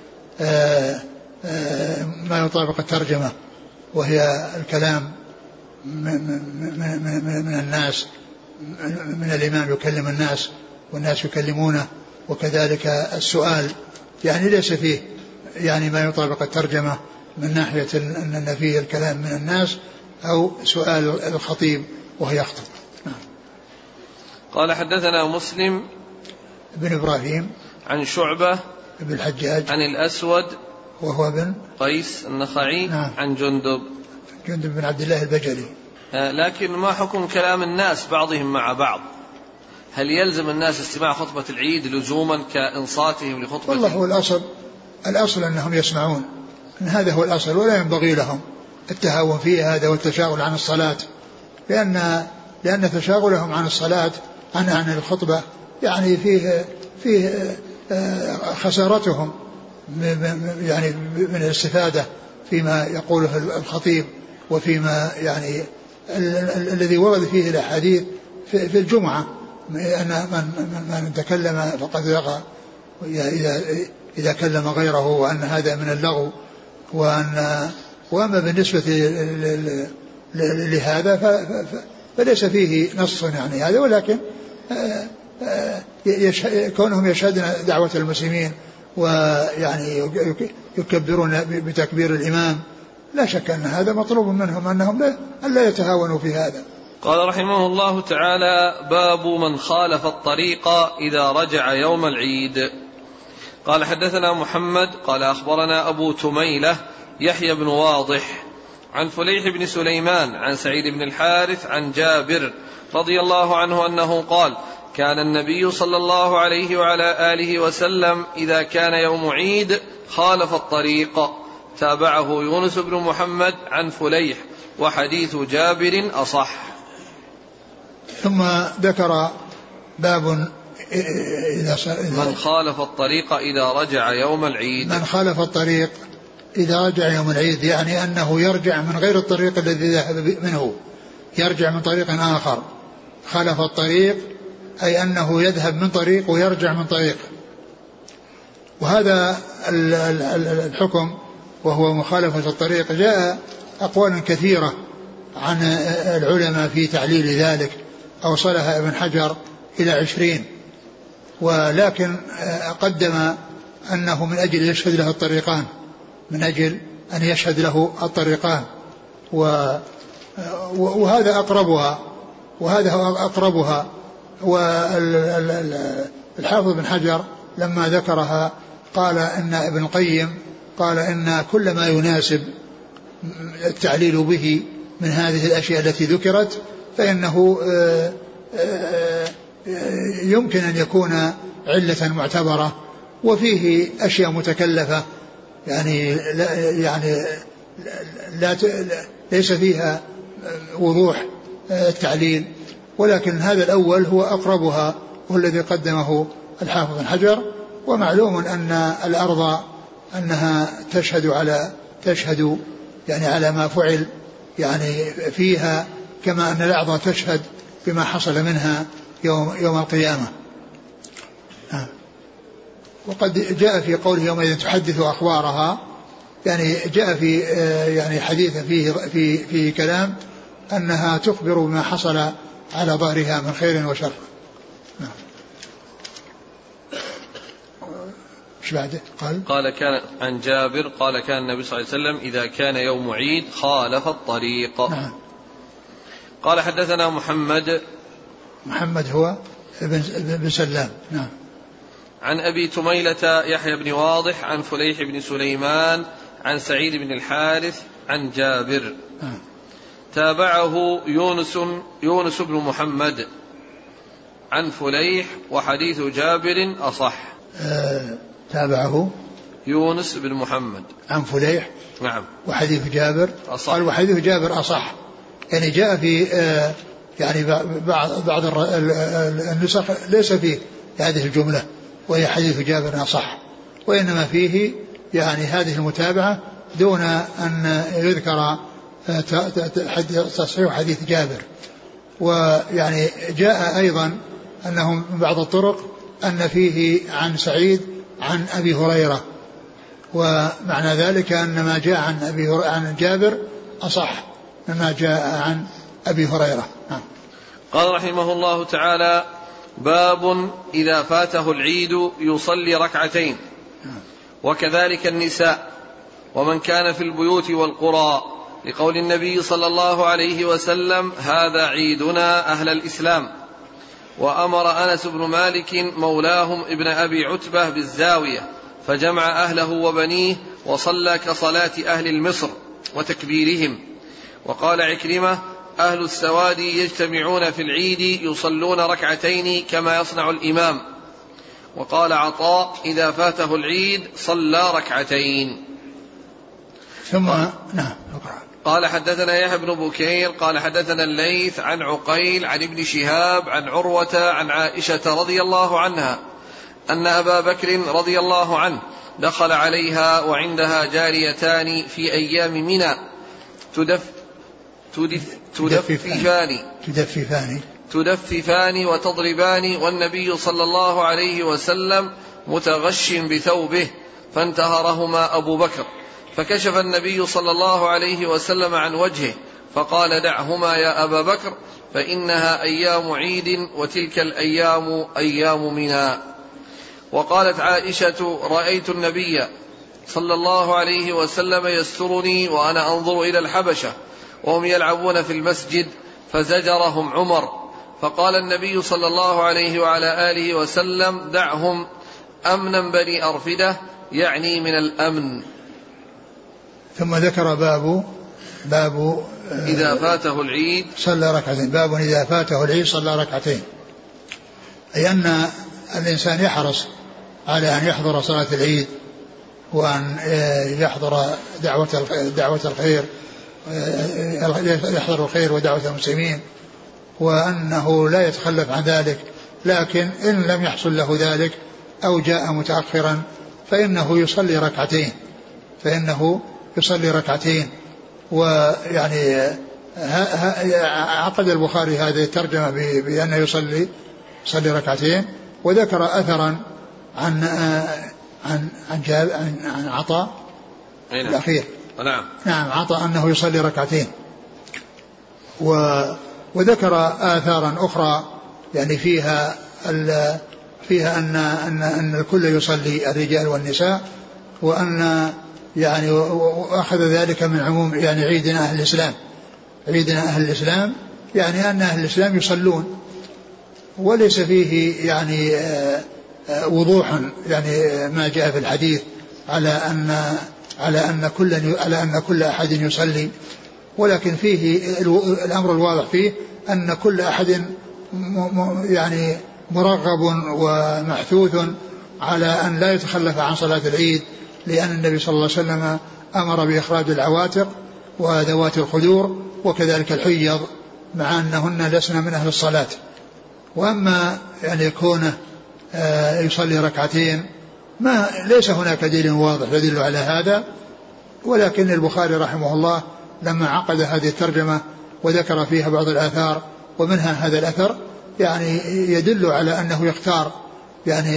ما يطابق الترجمة، وهي الكلام من الناس، من الإمام يكلم الناس والناس يكلمونه، وكذلك السؤال، يعني ليس فيه يعني ما يطابق الترجمة من ناحية أن فيه الكلام من الناس أو سؤال الخطيب وهو يخطب. قال حدثنا مسلم بن إبراهيم عن شعبة بن الحجاج عن الأسود وهو بن قيس النخعي. نعم. عن جندب بن عبد الله البجلي لكن ما حكم كلام الناس بعضهم مع بعض؟ هل يلزم الناس استماع خطبة العيد لزوما كإنصاتهم لخطبة؟ والله هو الأصل أنهم يسمعون، أن هذا هو الأصل، ولا ينبغي لهم التهاون في هذا والتشاغل عن الصلاة، لأن تشاغلهم عن الصلاة عن الخطبة يعني فيه خسارتهم يعني من الاستفادة فيما يقوله الخطيب، وفيما يعني الذي ورد فيه الأحاديث في الجمعة أن من تكلم فقد لغى إذا كلم غيره، وأن هذا من اللغو، وأما بالنسبة لهذا فليس فيه نص يعني هذا، ولكن كونهم يشهدون دعوة المسلمين ويعني يكبرون بتكبير الإمام، لا شك أن هذا مطلوب منهم أنهم لا يتهاونوا في هذا. قال رحمه الله تعالى: باب من خالف الطريق إذا رجع يوم العيد. قال: حدثنا محمد قال أخبرنا أبو تميلة يحيى بن واضح عن فليح بن سليمان عن سعيد بن الحارث عن جابر رضي الله عنه أنه قال: كان النبي صلى الله عليه وعلى آله وسلم إذا كان يوم عيد خالف الطريق. تابعه يونس بن محمد عن فليح، وحديث جابر أصح. ثم ذكر باب من خالف الطريق إذا رجع يوم العيد. من خالف الطريق إذا رجع يوم العيد يعني أنه يرجع من غير الطريق الذي ذهب منه، يرجع من طريق آخر. خالف الطريق أي أنه يذهب من طريق ويرجع من طريق. وهذا الحكم وهو مخالفة الطريق جاء أقوال كثيرة عن العلماء في تعليل ذلك، أوصلها ابن حجر إلى 20، ولكن قدم أنه من أجل يشهد له الطريقان، من أجل أن يشهد له الطريقان، وهذا أقربها. والحافظ بن حجر لما ذكرها قال إن ابن القيم قال إن كل ما يناسب التعليل به من هذه الأشياء التي ذكرت فإنه يمكن أن يكون علة معتبرة، وفيه أشياء متكلفة يعني ليس فيها وضوح التعليل، ولكن هذا الأول هو أقربها، هو الذي قدمه الحافظ بن حجر. ومعلوم أن الأرض أنها تشهد يعني على ما فعل يعني فيها، كما أن الأعضاء تشهد بما حصل منها يوم القيامة. وقد جاء في قوله يومئذ تحدث أخبارها، يعني جاء في يعني حديث فيه كلام أنها تخبر بما حصل على ظهرها من خير وشر. ايش بعده؟ قال كان عن جابر قال كان النبي صلى الله عليه وسلم إذا كان يوم عيد خالف الطريق. نعم. قال: حدثنا محمد هو ابن سلام. نعم. عن أبي تميلة يحيى بن واضح عن فليح بن سليمان عن سعيد بن الحارث عن جابر. نعم. تابعه يونس بن محمد عن فليح، وحديث جابر أصح. تابعه يونس بن محمد عن فليح. نعم. وحديث جابر أصح. قال وحديث جابر أصح، يعني جاء في يعني بعض النسخ ليس فيه هذه الجملة وهي حديث جابر أصح، وإنما فيه يعني هذه المتابعة دون أن يذكر تصحيح حديث جابر. ويعني جاء أيضا أنه من بعض الطرق أن فيه عن سعيد عن أبي هريرة، ومعنى ذلك أن ما جاء عن جابر أصح مما جاء عن أبي هريرة. قال رحمه الله تعالى: باب إذا فاته العيد يصلي ركعتين، وكذلك النساء ومن كان في البيوت والقرى، لقول النبي صلى الله عليه وسلم: هذا عيدنا أهل الإسلام. وأمر أنس بن مالك مولاهم ابن أبي عتبة بالزاوية فجمع أهله وبنيه وصلى كصلاة أهل المصر وتكبيرهم. وقال عكرمة: أهل السواد يجتمعون في العيد يصلون ركعتين كما يصنع الإمام. وقال عطاء إذا فاته العيد صلى ركعتين. ثم قال حدثنا يحيى بن بكير قال حدثنا الليث عن عقيل عن ابن شهاب عن عروة عن عائشة رضي الله عنها أن أبا بكر رضي الله عنه دخل عليها وعندها جاريتان في أيام منى تدففان وتضربان والنبي صلى الله عليه وسلم متغش بثوبه فانتهرهما أبو بكر فكشف النبي صلى الله عليه وسلم عن وجهه فقال دعهما يا أبا بكر فإنها أيام عيد وتلك الأيام أيام منى. وقالت عائشة رأيت النبي صلى الله عليه وسلم يسترني وأنا أنظر إلى الحبشة وهم يلعبون في المسجد فزجرهم عمر فقال النبي صلى الله عليه وعلى آله وسلم دعهم أمنا بني أرفدة يعني من الأمن. ثم ذكر باب إذا فاته العيد صلى ركعتين. باب إذا فاته العيد صلى ركعتين، أي أن الإنسان يحرص على أن يحضر صلاة العيد وأن يحضر دعوة الخير، يحضر الخير ودعوة المسلمين، وأنه لا يتخلف عن ذلك. لكن إن لم يحصل له ذلك أو جاء متأخرا فإنه يصلي ركعتين. ويعني عقد البخاري هذه الترجمة بأنه يصلي ركعتين، وذكر أثرا عن عطاء الأخير. نعم عطاء أنه يصلي ركعتين، وذكر آثارا أخرى يعني فيها أن الكل يصلي الرجال والنساء، وأن يعني وأخذ ذلك من عموم يعني عيدنا أهل الإسلام يعني أن أهل الإسلام يصلون، وليس فيه يعني وضوحا يعني ما جاء في الحديث على أن كل أحد يصلي، ولكن فيه الأمر الواضح فيه أن كل أحد يعني مرغب ومحثوث على أن لا يتخلف عن صلاة العيد، لأن النبي صلى الله عليه وسلم أمر بإخراج العواتق وذوات الخدور وكذلك الحيض مع أنهن لسن من أهل الصلاة. وأما يعني كونه يصلي ركعتين ليس هناك دليل واضح يدل على هذا، ولكن البخاري رحمه الله لما عقد هذه الترجمة وذكر فيها بعض الآثار ومنها هذا الأثر يعني يدل على أنه يختار يعني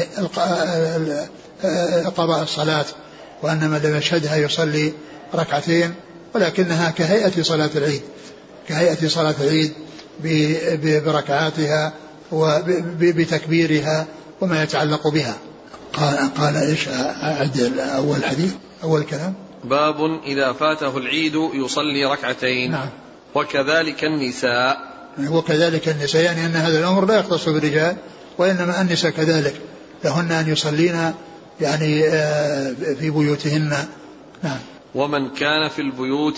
قضاء الصلاة، وأن من لم يشهدها يصلي ركعتين، ولكنها كهيئة صلاة العيد بركعاتها وبتكبيرها وما يتعلق بها. قال إيش أعد أول حديث أول كلام. باب إذا فاته العيد يصلي ركعتين. نعم. وكذلك النساء يعني أن هذا الأمر لا يختص بالرجال، وإنما النساء كذلك لهن أن يصلين يعني في بيوتهن. نعم. ومن كان في البيوت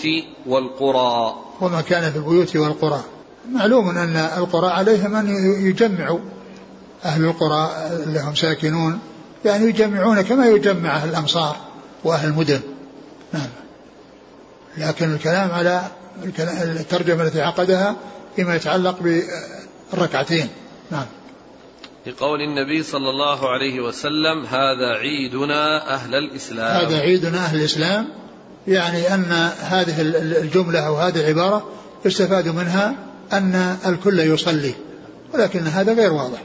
والقرى معلوم أن القرى عليهم أن يجمعوا، أهل القرى لهم ساكنون يعني يجمعون كما يجمع أهل الأمصار وأهل المدن. نعم. لكن الكلام على الترجمة التي عقدها فيما يتعلق بالركعتين. نعم. لقول النبي صلى الله عليه وسلم هذا عيدنا أهل الإسلام، يعني أن هذه الجملة أو هذه العبارة يستفاد منها أن الكل يصلي، ولكن هذا غير واضح.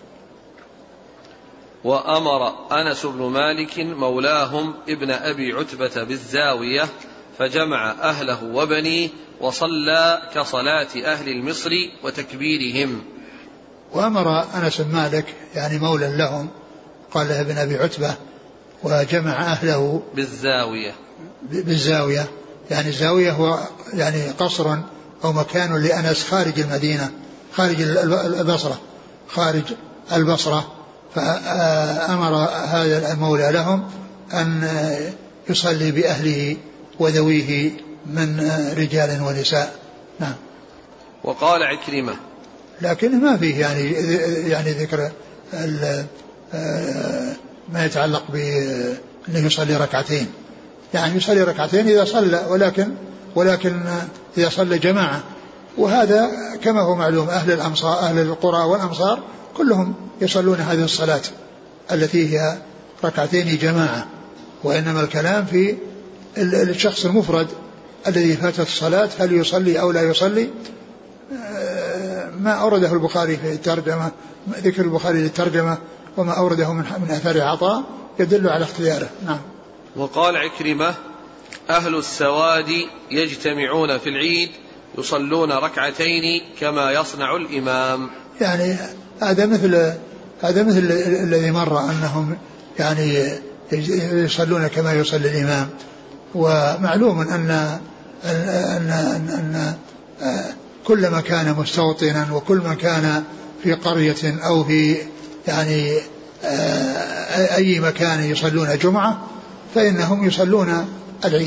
وأمر أنس بن مالك مولاهم ابن أبي عتبة بالزاوية فجمع أهله وبنيه وصلى كصلاة أهل المصر وتكبيرهم. وأمر أنس بن مالك يعني مولى لهم قال له ابن أبي عتبة وجمع أهله بالزاوية، يعني الزاوية هو يعني قصر أو مكان لأنس خارج المدينة، خارج البصرة، فأمر هذا المولى لهم أن يصلي بأهله وذويه من رجال ونساء. نعم. وقال عكرمة لكن ما فيه يعني ذكر ما يتعلق بأنه يصلي ركعتين، يعني يصلي ركعتين إذا صلى، ولكن إذا صلى جماعة. وهذا كما هو معلوم أهل الأمصار أهل القرى والأمصار كلهم يصلون هذه الصلاة التي هي ركعتين جماعة، وإنما الكلام في الشخص المفرد الذي فاتت الصلاة هل يصلي أو لا يصلي. ما أورده البخاري في الترجمة، ذكر البخاري للترجمة وما أورده من أثر عطاء يدل على اختياره. نعم. وقال عكرمة أهل السواد يجتمعون في العيد يصلون ركعتين كما يصنع الإمام. يعني هذا مثل الذي مر أنهم يعني يصلون كما يصلي الإمام. ومعلوم أن كلما كان مستوطنا وكل من كان في قرية أو في يعني أي مكان يصلون جمعة فإنهم يصلون العيد.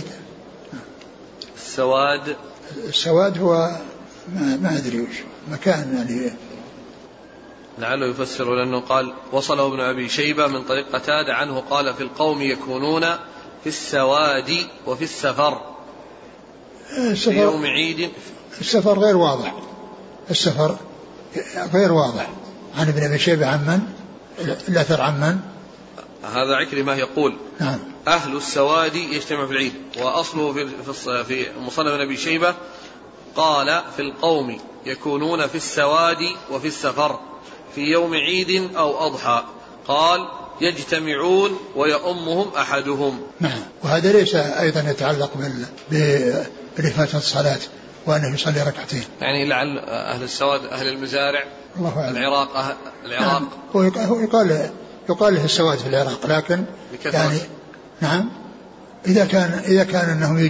السواد هو ما أدري وش مكان يعني لعله يفسر، لأنه قال وصله ابن أبي شيبة من طريق قتادة عنه قال في القوم يكونون في السواد وفي السفر في يوم عيد. السفر غير واضح، السفر غير واضح. عن ابن أبي شيبة عن من؟ الأثر عن من؟ هذا عكرمة يقول نعم. أهل السواد يجتمع في العيد، وأصله في مصنف ابن أبي شيبة قال في القوم يكونون في السواد وفي السفر في يوم عيد أو أضحى، قال يجتمعون ويؤمهم أحدهم. نعم. وهذا ليس أيضا يتعلق برفات الصلاة وأنه يصلي ركعتين، يعني لعل أهل السواد أهل المزارع العراق العراق. نعم. يقال له السواد في العراق، لكن يعني نعم إذا كان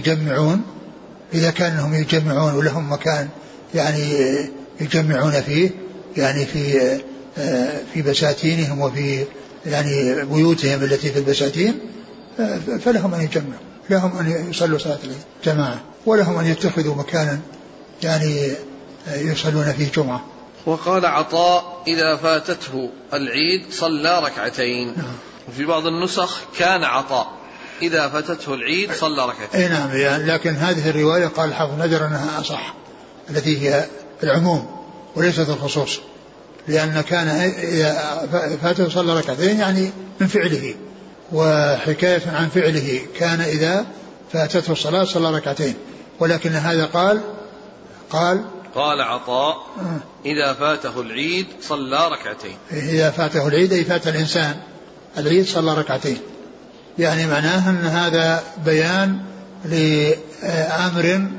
أنهم يجمعون ولهم مكان يعني يجمعون فيه، يعني في بساتينهم وفي يعني بيوتهم التي في البساتين، فلهم أن يجمعوا، لهم أن يصلوا صلاة الجماعة، ولهم أن يتخذوا مكانا يعني يصلون فيه جمعة. وقال عطاء إذا فاتته العيد صلى ركعتين. وفي بعض النسخ كان عطاء إذا فاتته العيد صلى ركعتين. أي نعم. يعني لكن هذه الرواية قال حافظ نجر أنها أصح، التي هي العموم وليست الخصوص، لأن كان إذا فاته صلى ركعتين يعني من فعله، وحكاية عن فعله كان إذا فاتته الصلاة صلى ركعتين. ولكن هذا قال عطاء إذا فاته العيد صلى ركعتين. إذا فاته العيد أي فات الإنسان العيد صلى ركعتين، يعني معناه أن هذا بيان لأمر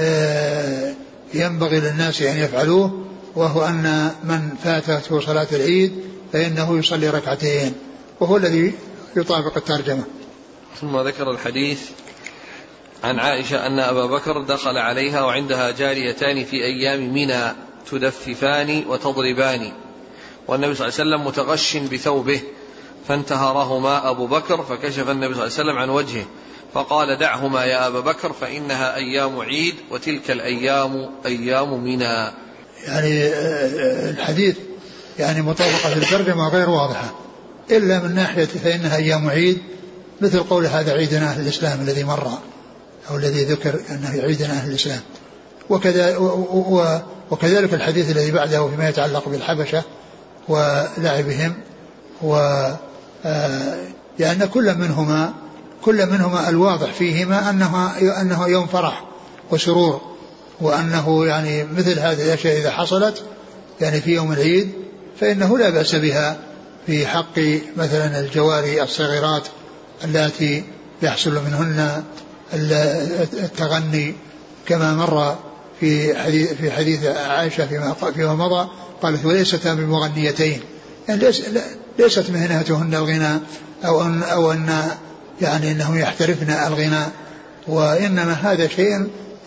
ينبغي للناس أن يفعلوه، وهو أن من فاتته صلاة العيد فإنه يصلي ركعتين، وهو الذي يطابق الترجمة. ثم ذكر الحديث عن عائشة أن أبا بكر دخل عليها وعندها جاريتان في أيام منى تدففان وتضربان، والنبي صلى الله عليه وسلم متغش بثوبه، فانتهرهما أبو بكر، فكشف النبي صلى الله عليه وسلم عن وجهه فقال دعهما يا أبا بكر فإنها أيام عيد وتلك الأيام أيام منى. يعني الحديث يعني مطابقة الترجمة غير واضحة إلا من ناحية فإنها أيام عيد، مثل قول هذا عيدنا أهل الإسلام الذي مر أو الذي ذكر أنه عيدنا أهل الإسلام. وكذلك الحديث الذي بعده فيما يتعلق بالحبشة ولعبهم، يعني كل منهما الواضح فيهما أنه يوم فرح وسرور، وأنه يعني مثل هذه الأشياء إذا حصلت يعني في يوم العيد فإنه لا بأس بها في حق مثلا الجواري الصغيرات التي يحصل منهن التغني، كما مر في حديث عائشة فيما مضى، قالت وليستا بمغنيتين، يعني ليست مهنتهن الغناء أو أن يعني أنهم يحترفن الغناء، وإنما هذا شيء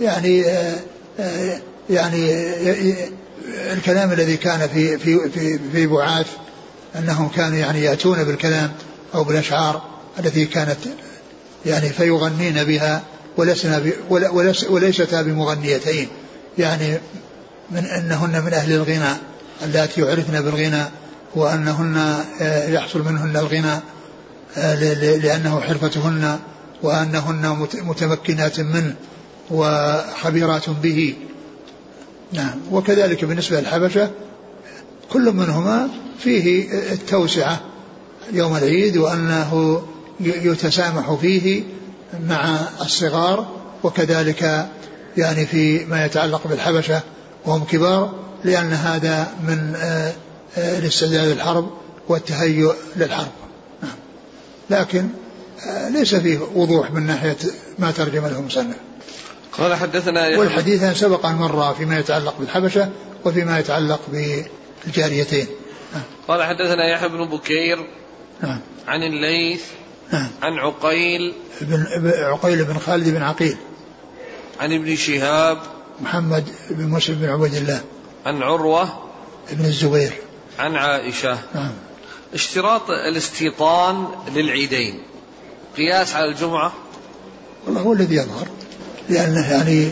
يعني الكلام الذي كان في بعاث أنهم كانوا يعني يأتون بالكلام أو بالأشعار التي كانت يعني فيغنين بها وليستا بمغنيتين، يعني من أنهن من أهل الغنى اللاتي يعرفن بالغنى وأنهن يحصل منهن الغنى لأنه حرفتهن وأنهن متمكنات منه وخبيرات به. نعم. وكذلك بالنسبة للحبشة كل منهما فيه التوسعة يوم العيد وأنه يتسامح فيه مع الصغار، وكذلك يعني في ما يتعلق بالحبشة وهم كبار لأن هذا من الاستعداد للحرب والتهيؤ للحرب. لكن ليس فيه وضوح من ناحية ما ترجم له المصنف. قال حدثنا والحديث سبق أن مر فيما يتعلق بالحبشة وفيما يتعلق بالجاريتين. قال حدثنا يحيى بن بكير عن الليث عن عقيل بن خالد بن عقيل عن ابن شهاب محمد بن مسلم بن عبد الله عن عروة ابن الزبير عن عائشة. اشتراط الاستيطان للعيدين قياس على الجمعة؟ والله هو الذي يظهر لأنه يعني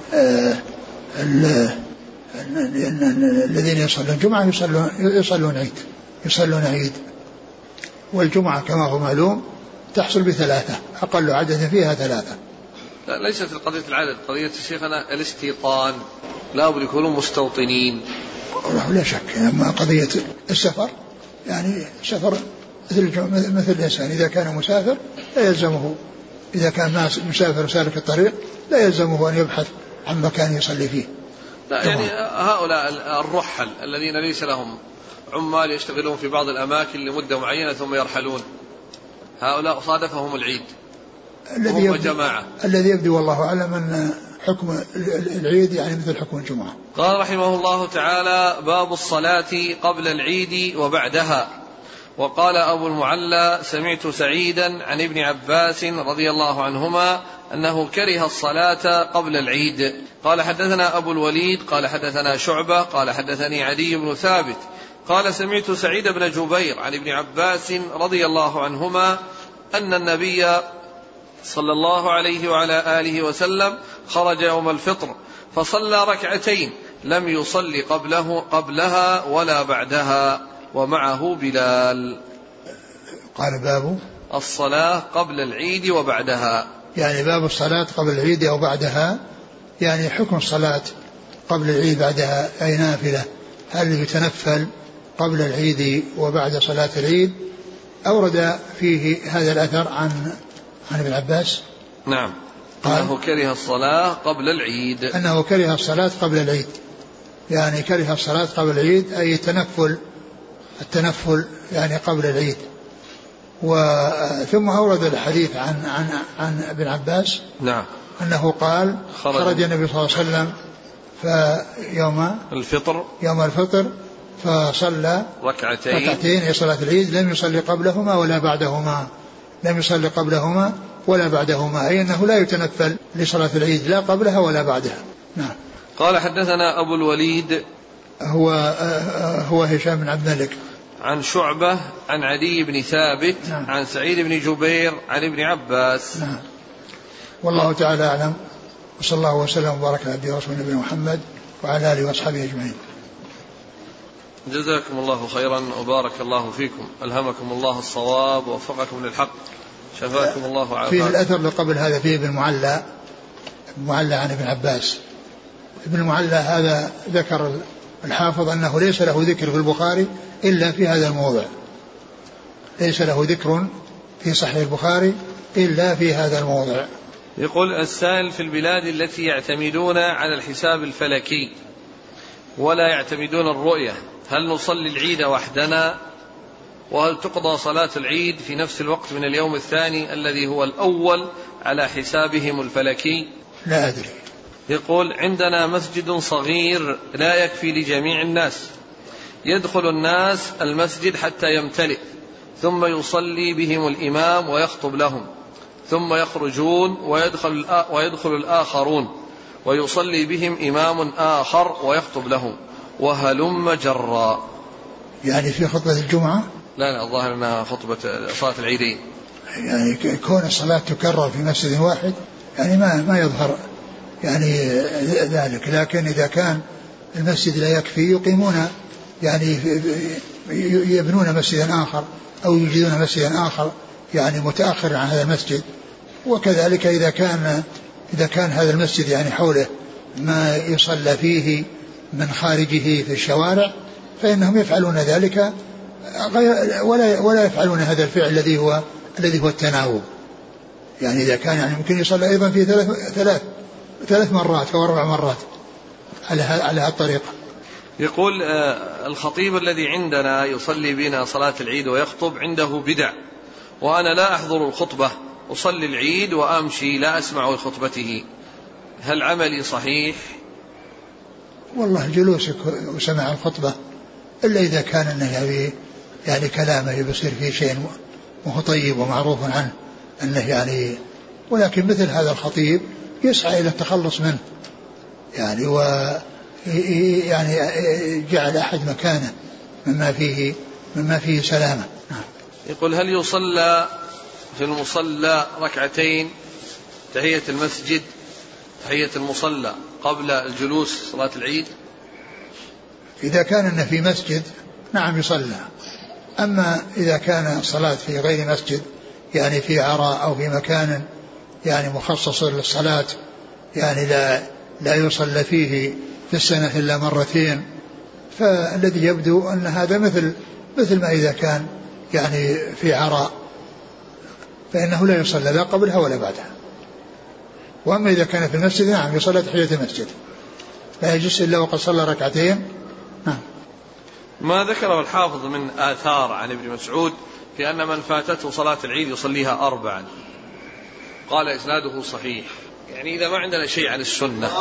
الذين يصلون الجمعة يصلون عيد والجمعة كما هو معلوم تحصل بثلاثة أقل عدد فيها ثلاثة. لا ليست قضية العدد، قضية شيخنا الاستيطان لا بد يكونوا مستوطنين. لا شك. أما قضية السفر يعني سفر مثل الإنسان إذا كان مسافر لا يلزمه، إذا كان مسافر سالك الطريق لا يلزمه أن يبحث عن مكان يصلي فيه. لا يعني هؤلاء الرحل الذين ليس لهم عمال يشتغلون في بعض الأماكن لمدة معينة ثم يرحلون، هؤلاء صادفهم العيد وهم جماعة. الذي يبدو والله أعلم أن حكم العيد يعني مثل حكم الجمعة. قال رحمه الله تعالى: باب الصلاة قبل العيد وبعدها. وقال أبو المعلى: سمعت سعيدا عن ابن عباس رضي الله عنهما أنه كره الصلاة قبل العيد. قال حدثنا أبو الوليد قال حدثنا شعبة قال حدثني عدي بن ثابت قال سمعت سعيد بن جبير عن ابن عباس رضي الله عنهما أن النبي صلى الله عليه وعلى آله وسلم خرج يوم الفطر فصلى ركعتين لم يصل قبلها ولا بعدها ومعه بلال. قال باب الصلاة قبل العيد وبعدها، يعني باب الصلاة قبل العيد أو بعدها، يعني حكم الصلاة قبل العيد بعدها أي نافلة، هل يتنفل قبل العيد وبعد صلاة العيد؟ أورد فيه هذا الأثر عن ابن عباس. نعم. أنه كره الصلاة قبل العيد، أنه كره الصلاة قبل العيد، يعني كره الصلاة قبل العيد أي التنفل يعني قبل العيد. ثم أورد الحديث عن ابن عباس. نعم. أنه قال خرج النبي صلى الله عليه وسلم يوم الفطر فصلى ركعتين صلاة العيد لم يصلي قبلهما ولا بعدهما أي أنه لا يتنفل لصلاة العيد لا قبلها ولا بعدها. نعم. قال حدثنا أبو الوليد هو هشام بن عبد الملك عن شعبة عن عدي بن ثابت. نعم. عن سعيد بن جبير عن ابن عباس. نعم. والله تعالى أعلم، وصلى الله وسلم وبارك على عبده ورسوله نبينا محمد وعلى آله وأصحابه أجمعين. جزاكم الله خيرا وبارك الله فيكم، ألهمكم الله الصواب ووفقكم للحق، شفاكم الله وعافاكم. في الأثر اللي قبل هذا فيه ابن المعلى عن ابن عباس. ابن المعلى هذا ذكر الحافظ أنه ليس له ذكر في البخاري إلا في هذا الموضع، ليس له ذكر في صحيح البخاري إلا في هذا الموضع. يقول السائل: في البلاد التي يعتمدون على الحساب الفلكي ولا يعتمدون الرؤية، هل نصلي العيد وحدنا؟ وهل تقضى صلاة العيد في نفس الوقت من اليوم الثاني الذي هو الأول على حسابهم الفلكي؟ لا أدري. يقول: عندنا مسجد صغير لا يكفي لجميع الناس، يدخل الناس المسجد حتى يمتلئ ثم يصلي بهم الإمام ويخطب لهم ثم يخرجون ويدخل الآخرون ويصلي بهم إمام آخر ويخطب لهم وهلم جرا. يعني في خطبة الجمعة؟ لا الظاهر أنها خطبة صلاة العيدين. يعني كون الصلاة تكرر في مسجد واحد يعني ما يظهر يعني ذلك، لكن إذا كان المسجد لا يكفي يقيمون يعني يبنون مسجدا آخر أو يوجدون مسجدا آخر يعني متأخر عن هذا المسجد. وكذلك إذا كان هذا المسجد يعني حوله ما يصلى فيه من خارجه في الشوارع فإنهم يفعلون ذلك ولا يفعلون هذا الفعل الذي هو التناوب. يعني إذا كان يعني ممكن يصلى أيضا في ثلاث مرات أو 4 مرات على هذه الطريقة. يقول الخطيب الذي عندنا يصلي بنا صلاة العيد ويخطب عنده بدع، وأنا لا أحضر الخطبة، أصلي العيد وأمشي لا أسمع خطبته، هل عملي صحيح؟ والله جلوسك وسمع الخطبة إلا إذا كان أنه يعني كلامه يصير فيه شيء وهو طيب ومعروف عنه أنه يعني، ولكن مثل هذا الخطيب يسعى إلى التخلص منه يعني يعني جعل أحد مكانه مما فيه سلامة. يقول هل يصلى في المصلى ركعتين تحية المسجد تحية المصلى قبل الجلوس صلاة العيد؟ إذا كان أنه في مسجد نعم يصلى، أما إذا كان الصلاة في غير مسجد يعني في عراء أو في مكان يعني مخصص للصلاة يعني لا يصلى فيه في السنة إلا مرتين، فالذي يبدو أن هذا مثل ما إذا كان يعني في عراء فإنه لا يصلى لا قبلها ولا بعدها. وأما إذا كان في المسجد نعم يصلى تحية المسجد، لا يجلس إلا وقد صلى ركعتين. نعم. ما ذكره الحافظ من آثار عن ابن مسعود في أن من فاتته صلاة العيد يصليها 4، قال إسناده صحيح. يعني إذا ما عندنا شيء عن السنة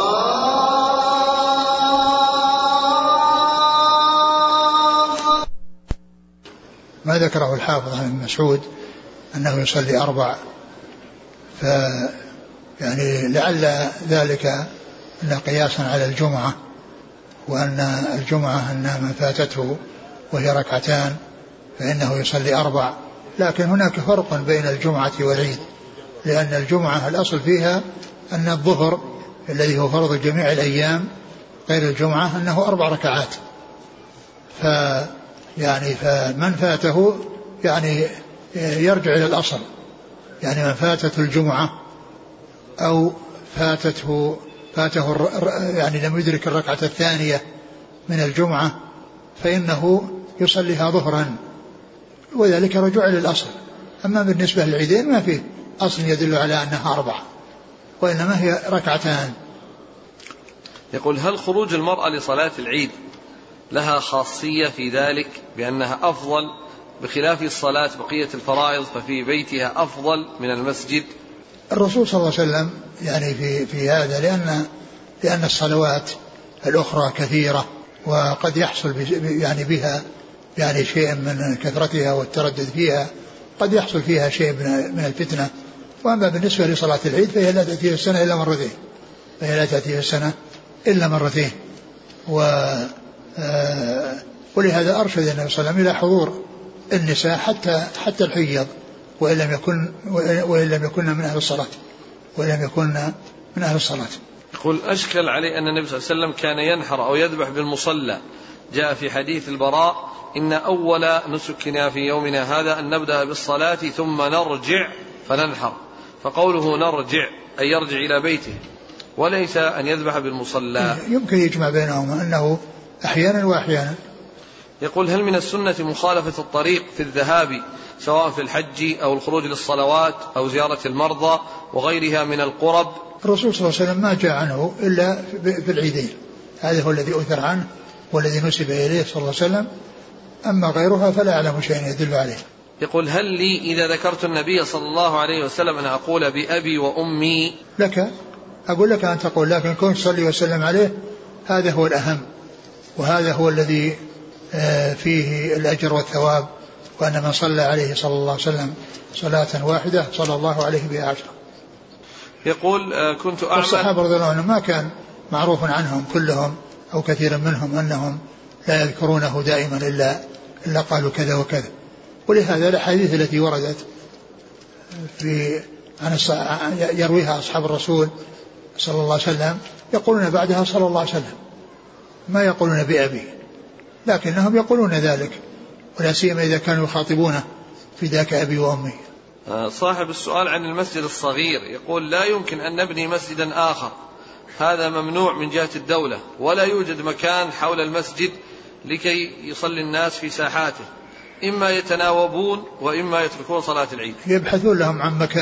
ما ذكره الحافظ عن ابن مسعود أنه يصلي 4، يعني لعل ذلك أن قياسا على الجمعة، وأن الجمعة أن من فاتته وهي ركعتان فإنه يصلي 4، لكن هناك فرق بين الجمعة والعيد، لأن الجمعة الأصل فيها أن الظهر الذي هو فرض جميع الأيام غير الجمعة أنه 4 ركعات، يعني فمن فاته يعني يرجع إلى الأصل، يعني من فاتته الجمعة أو فاته يعني لم يدرك الركعة الثانية من الجمعة فإنه يصليها ظهرا، وذلك رجوع إلى الأصل. أما بالنسبة للعيدين ما فيه أصل يدل على أنها 4 وإنما هي ركعتان. يقول هل خروج المرأة لصلاة العيد لها خاصية في ذلك بأنها أفضل بخلاف الصلاة بقية الفرائض ففي بيتها أفضل من المسجد؟ الرسول صلى الله عليه وسلم يعني في هذا لأن الصلوات الأخرى كثيرة وقد يحصل يعني بها يعني شيء من كثرتها والتردد فيها قد يحصل فيها شيء من الفتنة. وأما بالنسبة لصلاة العيد فهي لا تأتي في السنة إلا مرتين، ولهذا أرشد النبي صلى الله عليه وسلم إلى حضور النساء حتى الحيض وإن لم يكن من أهل الصلاة. يقول أشكل عليه أن النبي صلى الله عليه وسلم كان ينحر أو يذبح بالمصلى، جاء في حديث البراء إن أول نسكنا في يومنا هذا أن نبدأ بالصلاة ثم نرجع فننحر، فقوله نرجع أي يرجع إلى بيته وليس أن يذبح بالمصلى. يمكن يجمع بينهما أنه أحيانا وأحيانا. يقول هل من السنة مخالفة الطريق في الذهاب سواء في الحج أو الخروج للصلوات أو زيارة المرضى وغيرها من القرب؟ الرسول صلى الله عليه وسلم ما جاء عنه إلا في العيدين، هذا هو الذي أثر عنه والذي نسب إليه صلى الله عليه وسلم، أما غيرها فلا أعلم شيئا يدل عليه. يقول هل لي إذا ذكرت النبي صلى الله عليه وسلم أن أقول بأبي وأمي؟ لك، أقول لك أن تقول، لكن كن صلي وسلم عليه هذا هو الأهم، وهذا هو الذي فيه الأجر والثواب، وأن من صلى عليه صلى الله عليه وسلم صلاة واحدة صلى الله عليه بها 10. يقول كنت أعمل الصحابة رضي الله عنهم ما كان معروف عنهم كلهم أو كثير منهم أنهم لا يذكرونه دائما إلا قالوا كذا وكذا، ولهذا الأحاديث التي وردت يرويها أصحاب الرسول صلى الله عليه وسلم يقولون بعدها صلى الله عليه وسلم، ما يقولون بأبي، لكنهم يقولون ذلك، ولا سيما إذا كانوا يخاطبونه في ذاك أبي وأمي. صاحب السؤال عن المسجد الصغير يقول: لا يمكن أن نبني مسجدا آخر، هذا ممنوع من جهة الدولة، ولا يوجد مكان حول المسجد لكي يصلي الناس في ساحاته، إما يتناوبون وإما يتركون صلاة العيد. يبحثون لهم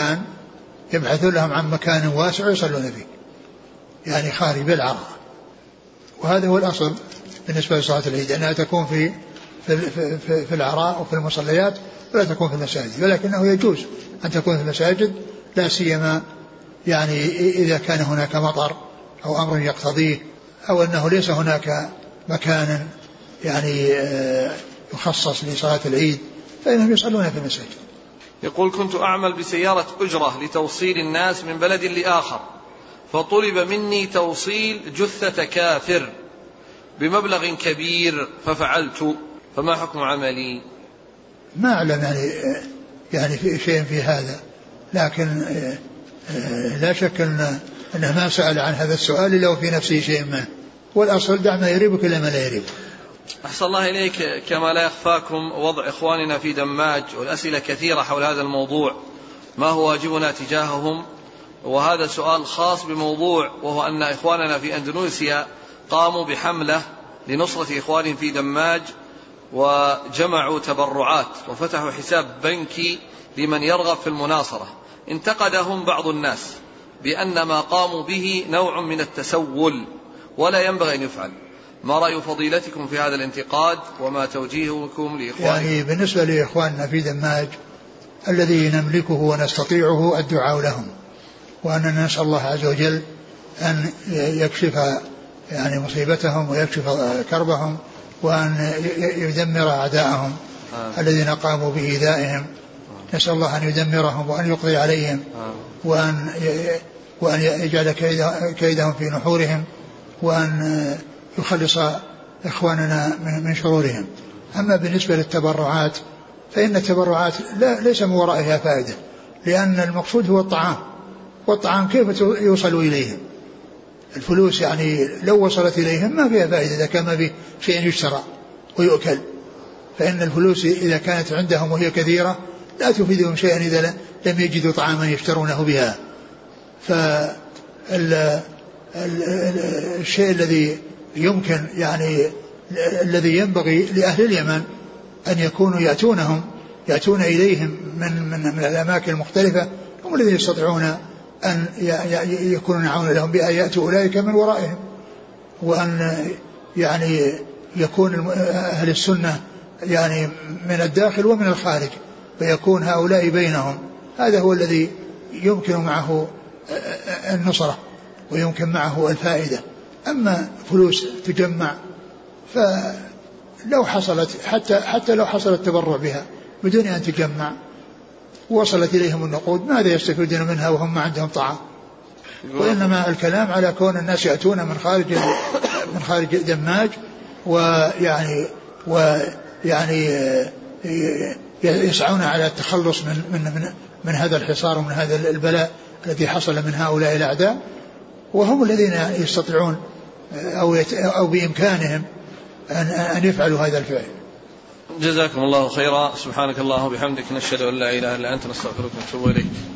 عن مكان واسع يصلون فيه، يعني خارج بالعراء، وهذا هو الأصل بالنسبة لصلاة العيد، أنها تكون في العراء وفي المصليات، ولا تكون في المساجد، ولكنه يجوز أن تكون في المساجد، لا سيما يعني إذا كان هناك مطر أو أمر يقتضيه، أو أنه ليس هناك مكان يعني يخصص لصلاة العيد، فإنهم يصلون في المساجد. يقول: كنت أعمل بسيارة أجرة لتوصيل الناس من بلد لآخر، فطلب مني توصيل جثة كافر بمبلغ كبير ففعلت، فما حكم عملي؟ ما أعلم يعني في شيء في هذا، لكن لا شك أنه ما سأل عن هذا السؤال إلا وفي نفسه شيء ما، والأصل دع ما يريبك إلى ما لا يريبك. أحسن الله إليك. كما لا يخفاكم وضع إخواننا في دماج والأسئلة كثيرة حول هذا الموضوع، ما هو واجبنا تجاههم؟ وهذا سؤال خاص بموضوع، وهو أن إخواننا في أندونيسيا قاموا بحملة لنصرة إخوانهم في دماج، وجمعوا تبرعات وفتحوا حساب بنكي لمن يرغب في المناصرة. انتقدهم بعض الناس بأن ما قاموا به نوع من التسول ولا ينبغي أن يفعل. ما رأي فضيلتكم في هذا الانتقاد، وما توجيهكم لإخوانكم؟ يعني بالنسبة لإخواننا في دماج، الذي نملكه ونستطيعه الدعاء لهم، وأننا نسأل الله عز وجل أن يكشف يعني مصيبتهم ويكشف كربهم، وأن يدمر أعداءهم الذين قاموا بإيذائهم. نسأل الله أن يدمرهم وأن يقضي عليهم، وأن يجعل كيدهم في نحورهم، وأن يخلص إخواننا من شرورهم. أما بالنسبة للتبرعات، فإن التبرعات ليس من ورائها فائدة، لأن المقصود هو الطعام، والطعام كيف يوصل إليهم؟ الفلوس يعني لو وصلت إليهم ما فيها فائدة إذا كان ما في شيء يشترى ويؤكل، فإن الفلوس إذا كانت عندهم وهي كثيرة لا تفيدهم شيئا إذا لم يجدوا طعاما يشترونه بها. فالشيء الذي يمكن يعني الذي ينبغي لأهل اليمن أن يكونوا يأتون إليهم من الأماكن المختلفة، هم الذين يستطيعون أن يكونوا يعون لهم بأن يأتوا أولئك من ورائهم، وأن يعني يكون أهل السنة يعني من الداخل ومن الخارج، فيكون هؤلاء بينهم. هذا هو الذي يمكن معه النصرة ويمكن معه الفائدة. أما فلوس تجمع، فلو حصلت حتى لو حصل التبرع بها بدون أن تجمع وصلت إليهم النقود، ماذا يستفيدون منها وهم ما عندهم طعام؟ وإنما الكلام على كون الناس يأتون من خارج دماج، ويعني يسعون على التخلص من هذا الحصار ومن هذا البلاء الذي حصل من هؤلاء الأعداء، وهم الذين يستطيعون أو بإمكانهم أن يفعلوا هذا الفعل. جزاكم الله خيرا. سبحانك اللهم وبحمدك، نشهد أن لا إله إلا أنت، نستغفرك ونتوب إليك.